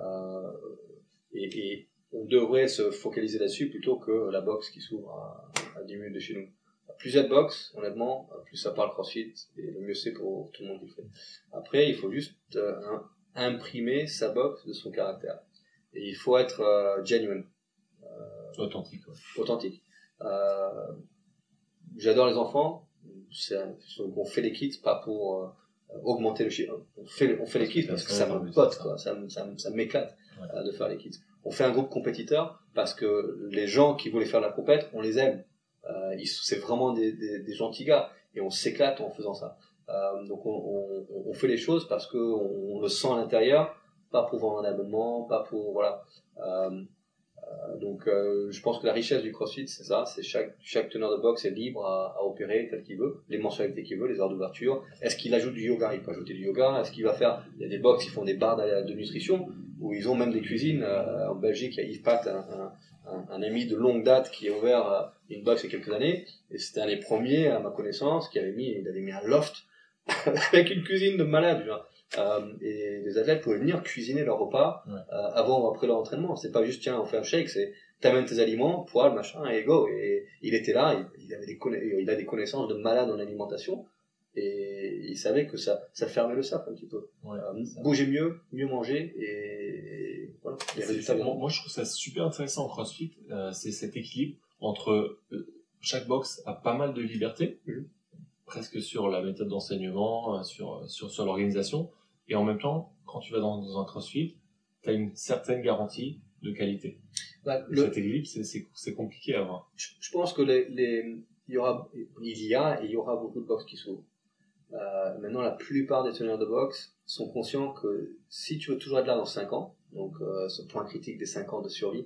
Et on devrait se focaliser là-dessus plutôt que la boxe qui s'ouvre à 10 minutes de chez nous. Plus il y a de boxe, honnêtement, plus ça parle CrossFit, et le mieux c'est pour tout le monde qui le fait. Après, il faut juste imprimer sa boxe de son caractère. Et il faut être genuine. Authentique. Ouais. Authentique. J'adore les enfants. On fait les kits pas pour augmenter le chiffre. On fait les kits parce que ça me pote, quoi. Ça m'éclate de faire les kits. On fait un groupe compétiteur parce que les gens qui voulaient faire la compète, on les aime. C'est vraiment des gentils gars et on s'éclate en faisant ça. Donc on fait les choses parce que on le sent à l'intérieur, pas pour vendre un abonnement, pas pour voilà. Donc je pense que la richesse du CrossFit c'est ça, c'est chaque teneur de boxe est libre à opérer tel qu'il veut, les mensualités qu'il veut, les heures d'ouverture. Est-ce qu'il ajoute du yoga? Il peut ajouter du yoga. Est-ce qu'il va faire? Il y a des box qui font des barres de nutrition où ils ont même des cuisines. En Belgique, il y a Yves Pat, un ami de longue date qui a ouvert une box il y a quelques années, et c'était un des premiers à ma connaissance il avait mis un loft avec une cuisine de malade, genre. Et les athlètes pouvaient venir cuisiner leur repas avant ou après leur entraînement. C'est pas juste tiens on fait un shake, c'est t'amènes tes aliments, poêle, machin et go. Et il était là, il a des connaissances de malade en alimentation et il savait que ça fermait le cercle un petit peu. Bouger mieux manger et voilà. Les résultats. Moi je trouve ça super intéressant en CrossFit, c'est cet équilibre entre chaque box a pas mal de liberté. Presque sur la méthode d'enseignement, sur l'organisation. Et en même temps, quand tu vas dans un CrossFit, tu as une certaine garantie de qualité. Cet équilibre, c'est compliqué à avoir. Je pense que il y aura beaucoup de box qui s'ouvrent. Maintenant, la plupart des teneurs de boxe sont conscients que si tu veux toujours être là dans 5 ans, donc ce point critique des 5 ans de survie,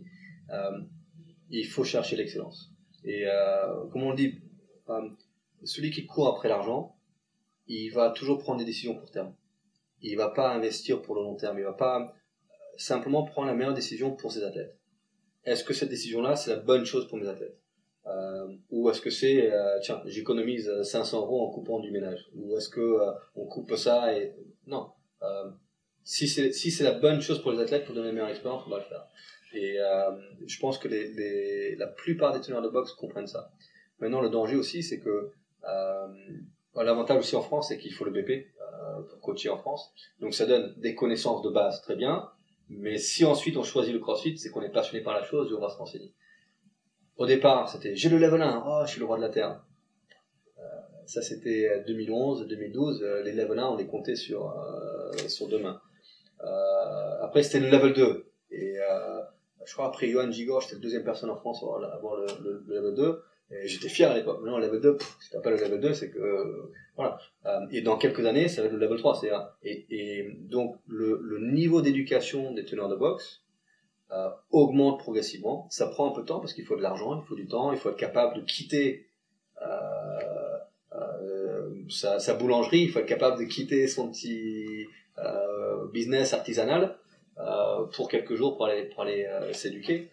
il faut chercher l'excellence. Et comme on le dit, celui qui court après l'argent, il va toujours prendre des décisions court terme. Il va pas investir pour le long terme. Il va pas simplement prendre la meilleure décision pour ses athlètes. Est-ce que cette décision-là, c'est la bonne chose pour mes athlètes? Ou est-ce que c'est, tiens, j'économise 500 € en coupant du ménage? Ou est-ce que on coupe ça et non. Si c'est la bonne chose pour les athlètes pour donner la meilleure expérience, on va le faire. Et je pense que la plupart des teneurs de boxe comprennent ça. Maintenant, le danger aussi, c'est que l'avantage aussi en France, c'est qu'il faut le BP pour coacher en France. Donc ça donne des connaissances de base très bien, mais si ensuite on choisit le CrossFit, c'est qu'on est passionné par la chose et on va se renseigner. Au départ, c'était j'ai le level 1, je suis le roi de la terre. Ça c'était 2011, 2012, les level 1 on les comptait sur 2 mains. Après c'était le level 2 et je crois après Johan Gigor, j'étais la deuxième personne en France à avoir le level 2. Et j'étais fier à l'époque. Maintenant, le level 2, si t'as pas le level 2, c'est que, voilà. Et dans quelques années, ça va être le level 3, et donc, le niveau d'éducation des teneurs de boxe, augmente progressivement. Ça prend un peu de temps parce qu'il faut de l'argent, il faut du temps, il faut être capable de quitter, sa boulangerie, il faut être capable de quitter son petit, business artisanal, pour quelques jours pour aller s'éduquer.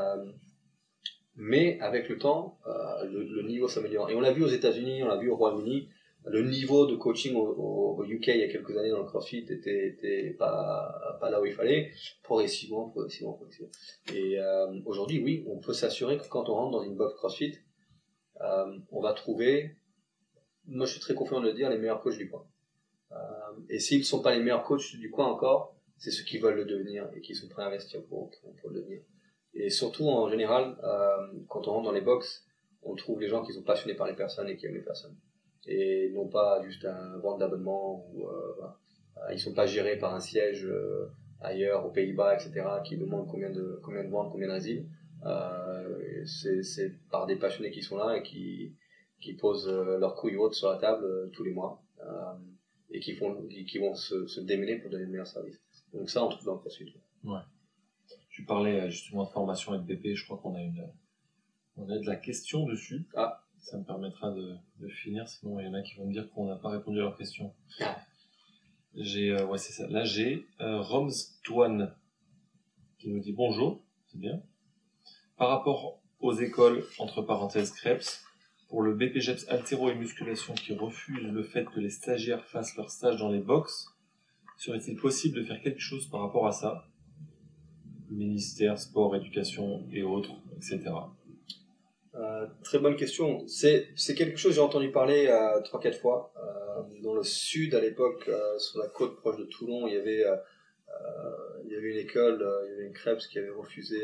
Mais avec le temps, le niveau s'améliore. Et on l'a vu aux États-Unis, on l'a vu au Royaume-Uni, le niveau de coaching au UK il y a quelques années dans le CrossFit était pas là où il fallait, progressivement. Et aujourd'hui, oui, on peut s'assurer que quand on rentre dans une box CrossFit, on va trouver, moi je suis très confiant de le dire, les meilleurs coachs du coin. Et s'ils ne sont pas les meilleurs coachs du coin encore, c'est ceux qui veulent le devenir et qui sont prêts à investir pour le devenir. Et surtout, en général, quand on rentre dans les box, on trouve les gens qui sont passionnés par les personnes et qui aiment les personnes. et non pas juste un vente d'abonnement ou voilà. Ils sont pas gérés par un siège ailleurs aux Pays-Bas, etc., qui demande combien de ventes, combien d'asiles. C'est par des passionnés qui sont là et qui posent leurs couilles hautes sur la table tous les mois et qui vont se démener pour donner le meilleur service. Donc ça, on trouve dans le CrossFit. Ouais. Tu parlais justement de formation et de BP, je crois qu'on a de la question dessus. Ah. Ça me permettra de finir, sinon il y en a qui vont me dire qu'on n'a pas répondu à leur question. Ah. Ouais, c'est ça. Là, j'ai Romstwan qui nous dit bonjour, c'est bien. Par rapport aux écoles, entre parenthèses, Krebs, pour le BPGEPS haltéro et musculation qui refuse le fait que les stagiaires fassent leur stage dans les box, serait-il possible de faire quelque chose par rapport à ça? Ministère, sport, éducation et autres, etc. Très bonne question. C'est quelque chose que j'ai entendu parler 3-4 fois. Dans le sud, à l'époque, sur la côte proche de Toulon, il y avait une école, il y avait une Krebs qui avait refusé.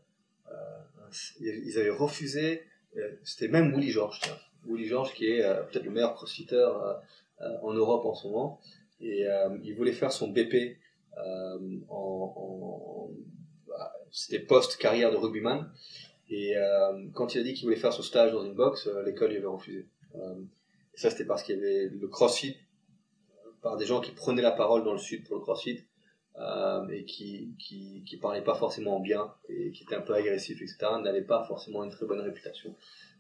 Ils avaient refusé. C'était même Willy Georges, Willy Georges qui est peut-être le meilleur crossfitter en Europe en ce moment. Et il voulait faire son BP c'était post-carrière de rugbyman. Et quand il a dit qu'il voulait faire son stage dans une box, l'école lui avait refusé. Et ça, c'était parce qu'il y avait le CrossFit, par des gens qui prenaient la parole dans le sud pour le CrossFit, et qui parlaient pas forcément bien, et qui étaient un peu agressifs, etc., n'avaient pas forcément une très bonne réputation.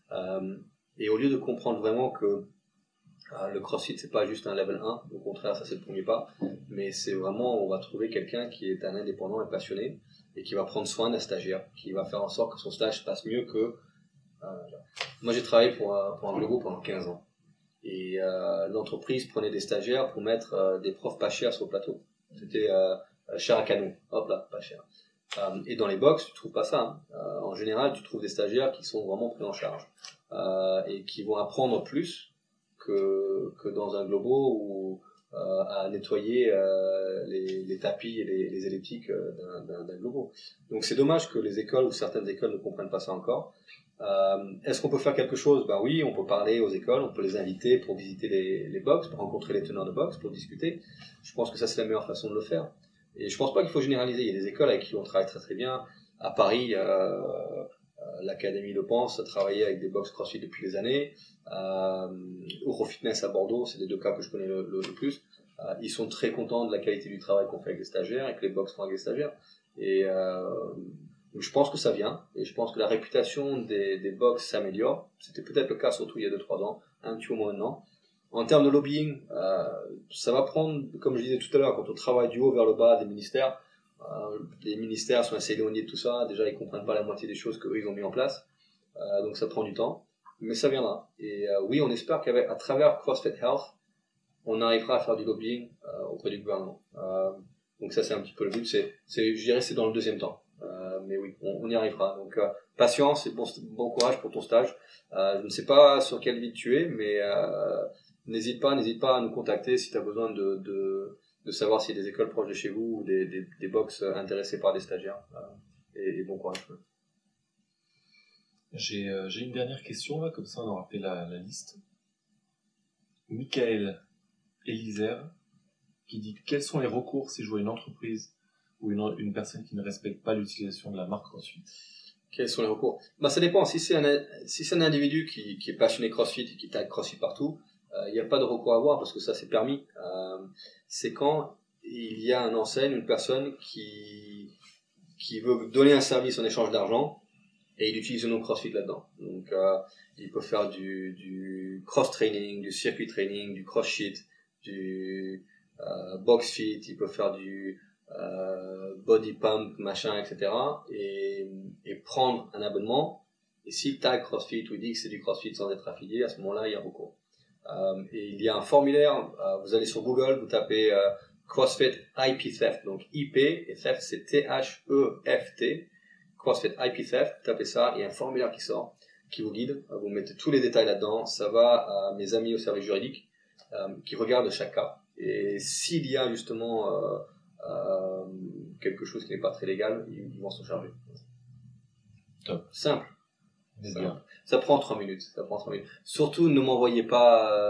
Et au lieu de comprendre vraiment que le CrossFit, c'est pas juste un level 1, au contraire, ça c'est le premier pas, mais c'est vraiment, on va trouver quelqu'un qui est un indépendant et passionné, et qui va prendre soin d'un stagiaire, qui va faire en sorte que son stage se passe mieux que... Moi, j'ai travaillé pour un Globo pendant 15 ans. Et l'entreprise prenait des stagiaires pour mettre des profs pas chers sur le plateau. C'était cher à canon. Hop là, pas cher. Et dans les box, tu trouves pas ça. En général, tu trouves des stagiaires qui sont vraiment pris en charge. Et qui vont apprendre plus que dans un Globo ou à nettoyer les tapis et les elliptiques d'un Globo. Donc c'est dommage que les écoles ou certaines écoles ne comprennent pas ça encore. Est-ce qu'on peut faire quelque chose? Ben oui, on peut parler aux écoles, on peut les inviter pour visiter les box, pour rencontrer les teneurs de box, pour discuter. Je pense que ça c'est la meilleure façon de le faire. Et je pense pas qu'il faut généraliser. Il y a des écoles avec qui on travaille très très bien. À Paris, l'Académie Le Pense a travaillé avec des box CrossFit depuis des années. Eurofitness à Bordeaux, c'est les deux cas que je connais le plus. Ils sont très contents de la qualité du travail qu'on fait avec les stagiaires et que les box font avec les stagiaires. Et je pense que ça vient, et je pense que la réputation des box s'améliore. C'était peut-être le cas surtout il y a 2-3 ans, un petit peu moins maintenant. En termes de lobbying, ça va prendre, comme je disais tout à l'heure, quand on travaille du haut vers le bas des ministères, les ministères sont assez éloignés de tout ça. Déjà, ils comprennent pas la moitié des choses qu'eux ils ont mis en place, donc ça prend du temps, mais ça viendra. Et oui, on espère qu'à travers CrossFit Health, on arrivera à faire du lobbying auprès du gouvernement. Donc ça, c'est un petit peu le but. Je dirais, c'est dans le deuxième temps. Mais oui, on y arrivera. Donc patience et bon courage pour ton stage. Je ne sais pas sur quelle ville tu es, mais n'hésite pas à nous contacter si tu as besoin de savoir s'il y a des écoles proches de chez vous ou des box intéressées par des stagiaires. Et bon courage. J'ai une dernière question là, comme ça on aura fait la liste. Michael Elizer qui dit quels sont les recours si je vois une entreprise ou une personne qui ne respecte pas l'utilisation de la marque CrossFit. Quels sont les recours? Ça dépend. Si c'est un individu qui est passionné CrossFit et qui tag CrossFit partout, il n'y a pas de recours à avoir parce que ça c'est permis. C'est quand il y a un enseigne, une personne qui veut donner un service en échange d'argent et il utilise le nom CrossFit là-dedans. Donc il peut faire du cross-training, du circuit training, du cross-shit, du box-fit, il peut faire du body pump, machin, etc. Et prendre un abonnement. Et s'il tag CrossFit ou il dit que c'est du CrossFit sans être affilié, à ce moment-là, il y a recours. Et il y a un formulaire, vous allez sur Google, vous tapez CrossFit IP Theft, donc IP, et Theft c'est T-H-E-F-T, CrossFit IP Theft, vous tapez ça, il y a un formulaire qui sort, qui vous guide, vous mettez tous les détails là-dedans, ça va à mes amis au service juridique, qui regardent chaque cas. Et s'il y a justement quelque chose qui n'est pas très légal, ils vont s'en charger. Top. Simple. Bien. Ça prend 3 minutes. Surtout, ne m'envoyez pas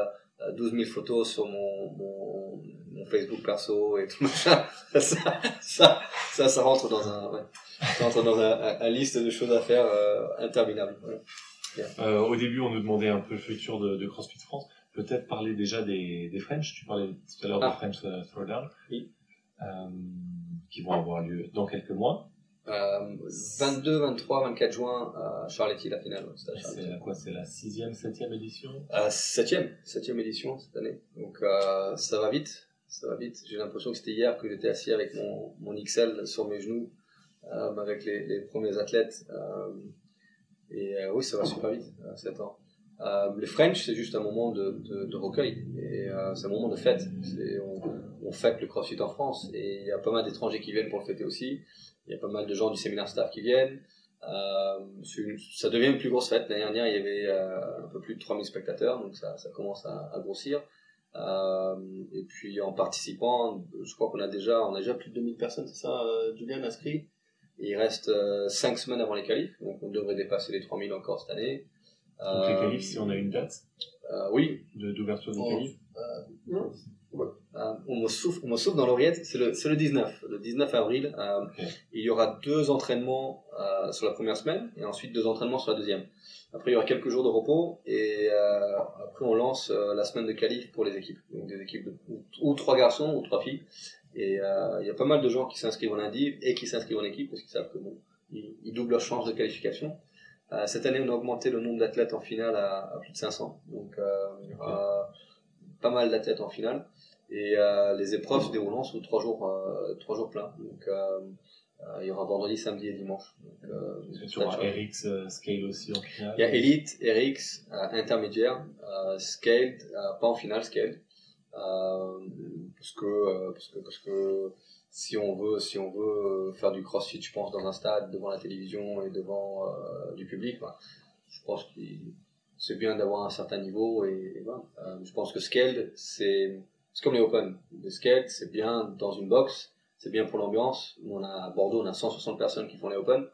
12 000 photos sur mon Facebook perso et tout machin. Ça rentre dans un liste de choses à faire interminable. Ouais. Au début, on nous demandait un peu le futur de CrossFit France. Peut-être parler déjà des French. Tu parlais tout à l'heure des French Throwdown. Oui. Qui vont avoir lieu dans quelques mois. 22, 23, 24 juin à Charletti, la finale. C'est la 6e, 7e édition? 7e édition cette année. Donc ça va vite. J'ai l'impression que c'était hier que j'étais assis avec mon XL sur mes genoux, avec les premiers athlètes. Oui, ça va super vite, 7 ans. Les French, c'est juste un moment de recueil, et c'est un moment de fête. On fête le CrossFit en France, et il y a pas mal d'étrangers qui viennent pour le fêter aussi. Il y a pas mal de gens du séminaire staff qui viennent. Ça devient une plus grosse fête. L'année dernière, il y avait un peu plus de 3000 spectateurs, donc ça commence à grossir. Et puis en participant, je crois qu'on a déjà plus de 2000 personnes, c'est ça, Julien, inscrit. Et il reste 5 semaines avant les qualifs, donc on devrait dépasser les 3000 encore cette année. Donc les qualifs, si on a une date oui. d'ouverture des qualifs. On me souffle dans l'oreillette, c'est le 19. Le 19 avril, okay. Il y aura 2 entraînements sur la première semaine et ensuite 2 entraînements sur la deuxième. Après, il y aura quelques jours de repos et après, on lance la semaine de qualif pour les équipes. Donc des équipes ou 3 garçons ou 3 filles. Et il y a pas mal de gens qui s'inscrivent en indiv et qui s'inscrivent en équipe parce qu'ils savent que ils doublent leur chance de qualification. Cette année, on a augmenté le nombre d'athlètes en finale à plus de 500. Donc, il y aura pas mal d'athlètes en finale. Et les épreuves se dérouleront sous 3 jours pleins. Donc, il y aura vendredi, samedi et dimanche. Tu auras RX Scale aussi en finale. Il y a Elite, RX, intermédiaire, Scaled, pas en finale, Scaled. Parce que si on veut faire du CrossFit, je pense, dans un stade, devant la télévision et devant du public, je pense que c'est bien d'avoir un certain niveau et je pense que Scaled, c'est comme les Open. Le Scaled, c'est bien dans une box, c'est bien pour l'ambiance. À Bordeaux, on a 160 personnes qui font les Open,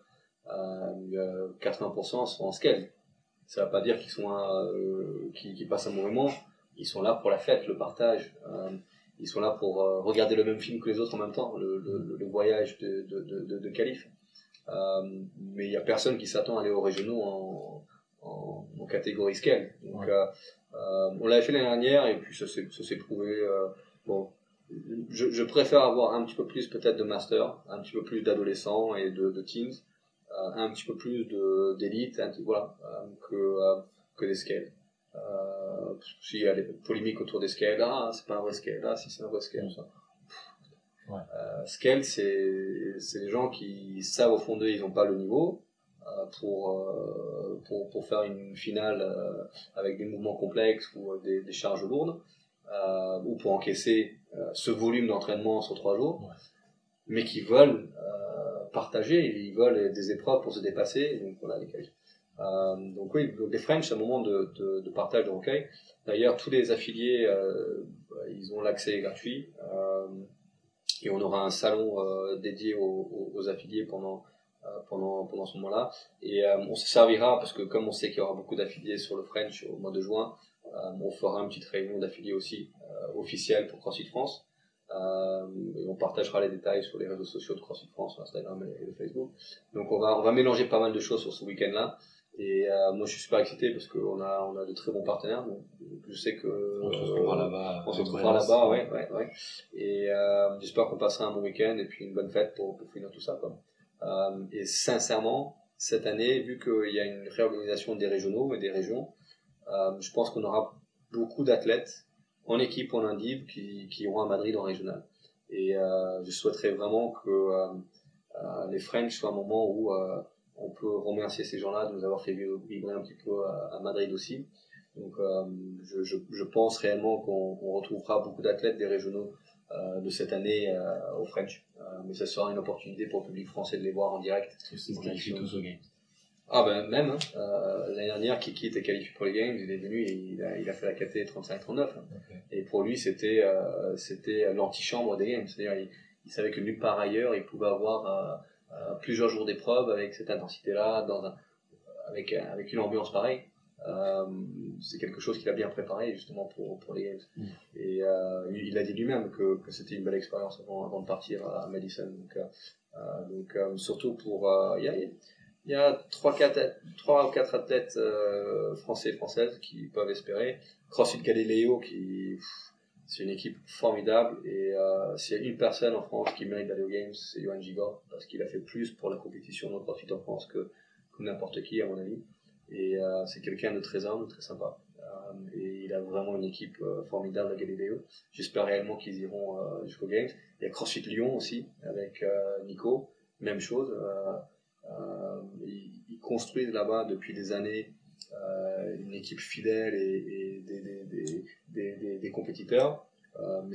80% sont en Scaled. Ça veut pas dire qu'ils sont qui passent un mauvais moment. Ils sont là pour la fête, le partage. Ils sont là pour regarder le même film que les autres en même temps, le voyage de qualif. Mais il y a personne qui s'attend à aller aux régionaux en catégorie scale. Donc, on l'avait fait l'année dernière et puis ça s'est prouvé. Bon, je préfère avoir un petit peu plus peut-être de master, un petit peu plus d'adolescents et de teens, un petit peu plus d'élite, voilà, que des scales. S'il y a des polémiques autour des scales, c'est pas un vrai scale, si c'est un vrai scale, ça. Scale, c'est les gens qui savent au fond d'eux, ils n'ont pas le niveau pour faire une finale avec des mouvements complexes ou des charges lourdes, ou pour encaisser ce volume d'entraînement sur 3 jours, mais qui veulent partager, ils veulent des épreuves pour se dépasser, donc voilà les qualifs. Donc oui, les French, c'est un moment de partage de recueil. D'ailleurs, tous les affiliés, ils ont l'accès gratuit, et on aura un salon dédié aux affiliés pendant ce moment-là. Et on se servira, parce que comme on sait qu'il y aura beaucoup d'affiliés sur le French au mois de juin, on fera une petite réunion d'affiliés aussi officielle pour CrossFit France. Et on partagera les détails sur les réseaux sociaux de CrossFit France, sur Instagram et le Facebook. Donc on va mélanger pas mal de choses sur ce week-end-là. Et moi je suis super excité parce qu'on a de très bons partenaires. Donc je sais que on se retrouvera là-bas. On se retrouvera là-bas, ouais. Et j'espère qu'on passera un bon week-end et puis une bonne fête pour finir tout ça, quoi. Et sincèrement, cette année, vu qu'il y a une réorganisation des régionaux et des régions, je pense qu'on aura beaucoup d'athlètes en équipe, en indiv, qui iront à Madrid en régional. Et je souhaiterais vraiment que les French soient un moment où on peut remercier ces gens-là de nous avoir fait vibrer un petit peu à Madrid aussi. Donc je pense réellement qu'on retrouvera beaucoup d'athlètes des régionaux de cette année au French. Mais ça sera une opportunité pour le public français de les voir en direct. Ils se qualifient tous aux Games. Même, l'année dernière, Kiki était qualifié pour les Games, il est venu et il a fait la KT 35-39. Okay. Et pour lui, c'était l'antichambre des Games. C'est-à-dire, il savait que nulle part ailleurs, il pouvait avoir plusieurs jours d'épreuve avec cette intensité-là, avec une ambiance pareille. c'est quelque chose qu'il a bien préparé justement pour les Games. Et il a dit lui-même que c'était une belle expérience avant de partir à Madison. Donc surtout pour il y a 3 ou 4 athlètes français et françaises qui peuvent espérer. CrossFit Galileo c'est une équipe formidable et s'il y a une personne en France qui mérite d'aller aux Games, c'est Johan Gigord, parce qu'il a fait plus pour la compétition de CrossFit en France que n'importe qui à mon avis. Et c'est quelqu'un de très humble, très sympa. Et il a vraiment une équipe formidable à Galileo. J'espère réellement qu'ils iront jusqu'aux Games. Il y a CrossFit Lyon aussi avec Nico, même chose. Ils construisent là-bas depuis des années une équipe fidèle et des compétiteurs, mais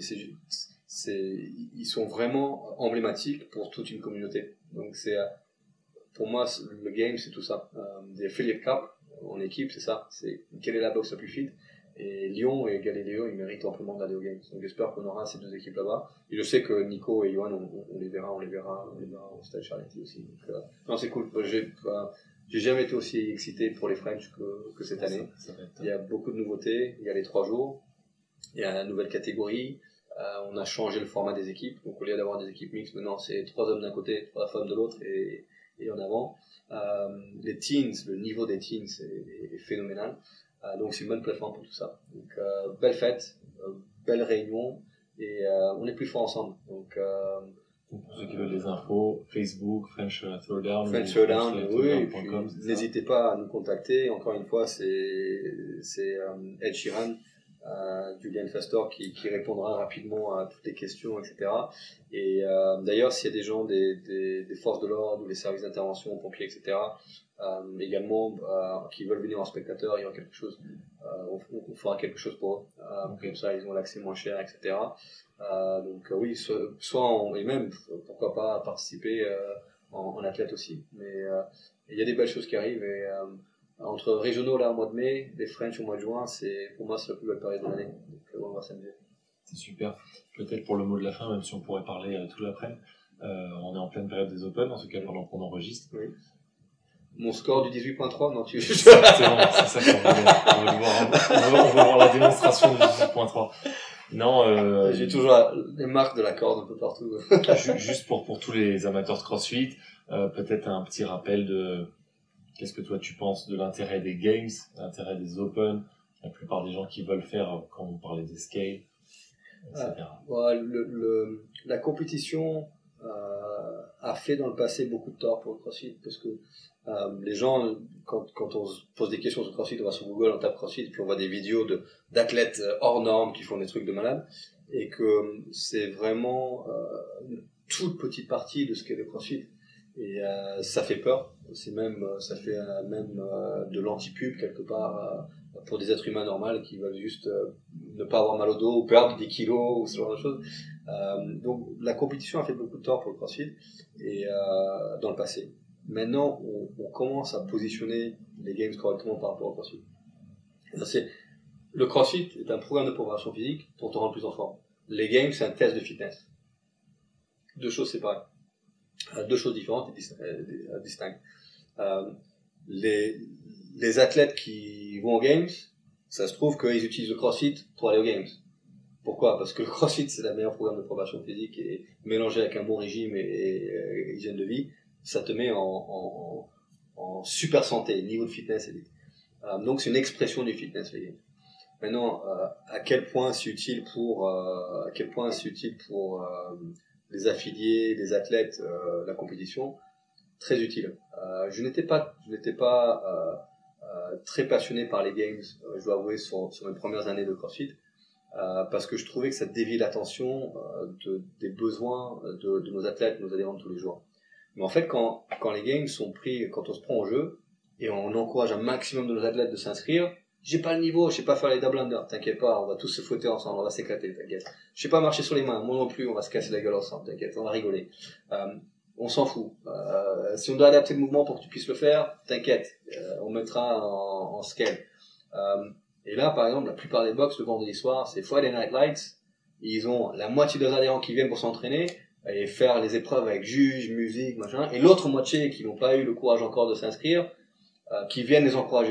ils sont vraiment emblématiques pour toute une communauté. Donc pour moi le game c'est tout ça. Des affiliate cup en équipe, c'est ça. C'est quelle est la boxe la plus fit. Et Lyon et Galileo, ils méritent amplement d'aller aux Games. Donc j'espère qu'on aura ces 2 équipes là-bas. Et je sais que Nico et Johan, on les verra au Stade Charletti aussi. Donc, non, c'est cool. J'ai jamais été aussi excité pour les French que cette année. Il y a beaucoup de nouveautés. Il y a les 3 jours. Il y a une nouvelle catégorie. On a changé le format des équipes. Donc au lieu d'avoir des équipes mixtes, maintenant c'est 3 hommes d'un côté, 3 femmes de l'autre et en avant. Les teens, le niveau des teens est phénoménal. Donc c'est une bonne plateforme pour tout ça. Donc belle fête, belle réunion et on est plus forts ensemble. Donc pour ceux qui veulent des infos, Facebook, French Throwdown, oui. N'hésitez pas à nous contacter. Encore une fois, c'est Ed Sheeran, Julian Fastor qui répondra rapidement à toutes les questions, etc. Et d'ailleurs, s'il y a des gens des forces de l'ordre ou des services d'intervention, pompiers, etc. Également qui veulent venir en spectateur, il y aura quelque chose, on fera quelque chose pour eux. Comme ça, ils ont l'accès moins cher, etc. Donc oui, et même pourquoi pas participer en athlète aussi. Mais il y a des belles choses qui arrivent et entre régionaux là au mois de mai, les French au mois de juin, pour moi c'est la plus belle période de l'année. Donc on va s'amuser. C'est super. Peut-être pour le mot de la fin, même si on pourrait parler tout l'après, on est en pleine période des Open, en tout cas pendant qu'on enregistre. Oui. Mon score du 18.3, non, tu... C'est bon, c'est ça qu'on veut. On veut voir la démonstration du 18.3. Non, j'ai toujours les marques de la corde un peu partout. Juste pour tous les amateurs de CrossFit, peut-être un petit rappel de qu'est-ce que toi tu penses de l'intérêt des Games, l'intérêt des Open, la plupart des gens qui veulent faire quand vous parlez des scales, etc. La compétition a fait dans le passé beaucoup de tort pour le CrossFit parce que les gens, quand on se pose des questions sur CrossFit, on va sur Google, on tape CrossFit, puis on voit des vidéos d'athlètes hors normes qui font des trucs de malade, et que c'est vraiment une toute petite partie de ce qu'est le CrossFit. Et ça fait peur. Ça fait même de l'anti-pub quelque part pour des êtres humains normaux qui veulent juste ne pas avoir mal au dos ou perdre des kilos ou ce genre de choses. Donc la compétition a fait beaucoup de tort pour le CrossFit et dans le passé. Maintenant, on commence à positionner les Games correctement par rapport au CrossFit. Le CrossFit est un programme de préparation physique pour te rendre plus en forme. Les Games, c'est un test de fitness. 2 choses séparées. 2 choses différentes et distinctes. Les athlètes qui vont aux Games, ça se trouve qu'ils utilisent le CrossFit pour aller aux Games. Pourquoi ? Parce que le CrossFit, c'est le meilleur programme de préparation physique et mélangé avec un bon régime et hygiène de vie, ça te met en super santé, niveau de fitness élite. Donc c'est une expression du fitness, les Games. Maintenant, à quel point c'est utile pour les affiliés, les athlètes, la compétition, très utile. Je n'étais pas très passionné par les Games, je dois avouer, sur mes premières années de CrossFit, parce que je trouvais que ça dévie l'attention des besoins de nos athlètes, de nos adhérents de tous les jours. Mais en fait, quand les Games sont pris, quand on se prend au jeu, et on encourage un maximum de nos athlètes de s'inscrire, j'ai pas le niveau, je sais pas faire les double under, t'inquiète pas, on va tous se fouetter ensemble, on va s'éclater, t'inquiète. Je sais pas marcher sur les mains, moi non plus, on va se casser la gueule ensemble, t'inquiète, on va rigoler. On s'en fout. Si on doit adapter le mouvement pour que tu puisses le faire, t'inquiète, on mettra en scale. Et là, par exemple, la plupart des box le vendredi soir, c'est Friday Night Lights, ils ont la moitié de leurs adhérents qui viennent pour s'entraîner et faire les épreuves avec juge, musique, machin, et l'autre moitié qui n'ont pas eu le courage encore de s'inscrire, qui viennent les encourager.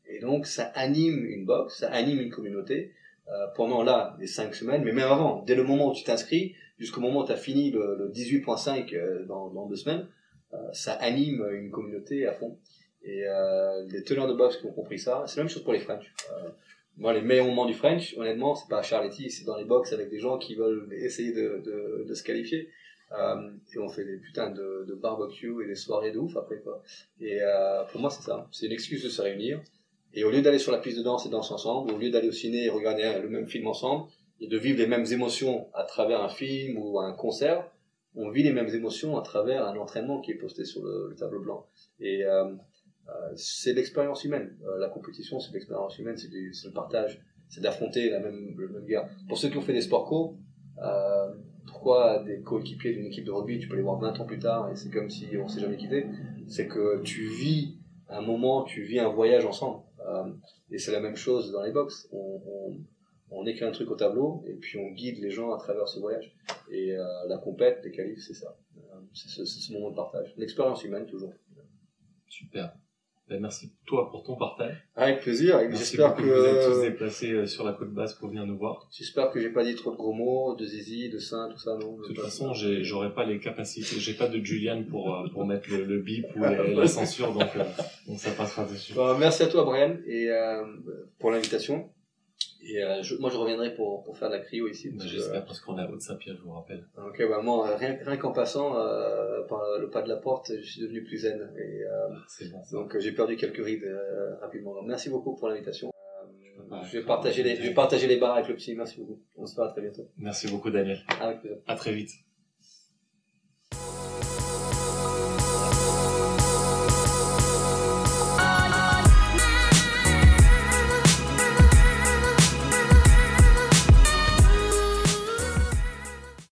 Et donc, ça anime une box, ça anime une communauté pendant là les 5 semaines, mais même avant, dès le moment où tu t'inscris, jusqu'au moment où tu as fini le 18.5 dans 2 semaines, ça anime une communauté à fond. Et les teneurs de box qui ont compris ça, c'est la même chose pour les French. Moi, les meilleurs moments du French, honnêtement, c'est pas à Charletti, c'est dans les box avec des gens qui veulent essayer de se qualifier. Et on fait des putains de barbecue et des soirées de ouf après, quoi. Et pour moi, c'est ça. C'est une excuse de se réunir. Et au lieu d'aller sur la piste de danse et danser ensemble, au lieu d'aller au ciné et regarder le même film ensemble, et de vivre les mêmes émotions à travers un film ou un concert, on vit les mêmes émotions à travers un entraînement qui est posté sur le tableau blanc. Et c'est l'expérience humaine. La compétition, c'est l'expérience humaine, c'est le partage, c'est d'affronter le même gars. Pour ceux qui ont fait des sports co, pourquoi des coéquipiers d'une équipe de rugby, tu peux les voir 20 ans plus tard et c'est comme si on s'est jamais quitté, c'est que tu vis un moment, tu vis un voyage ensemble. Et c'est la même chose dans les box. On écrit un truc au tableau et puis on guide les gens à travers ce voyage. Et la compète, les qualifs, c'est ça. C'est ce moment de partage. L'expérience humaine, toujours. Super. Ben, merci toi pour ton partage. Avec plaisir. Et j'espère que vous êtes tous déplacés sur la côte basque pour venir nous voir. J'espère que j'ai pas dit trop de gros mots, de zizi, de sein, tout ça, non. De toute façon, j'aurais pas les capacités, j'ai pas de Julian pour mettre le bip ou la censure, donc ça passera dessus. Bon, merci à toi, Brian, et pour l'invitation. Et moi, je reviendrai pour faire de la cryo ici. J'espère, parce qu'on est à Haute-Saint-Pierre, je vous rappelle. Ok, bah moi, rien qu'en passant par le pas de la porte, je suis devenu plus zen. Et, c'est bon, donc j'ai perdu quelques rides rapidement. Donc, merci beaucoup pour l'invitation. Je vais partager les bars avec le petit. Merci beaucoup. On se verra très bientôt. Merci beaucoup, Daniel. Avec plaisir. À très vite.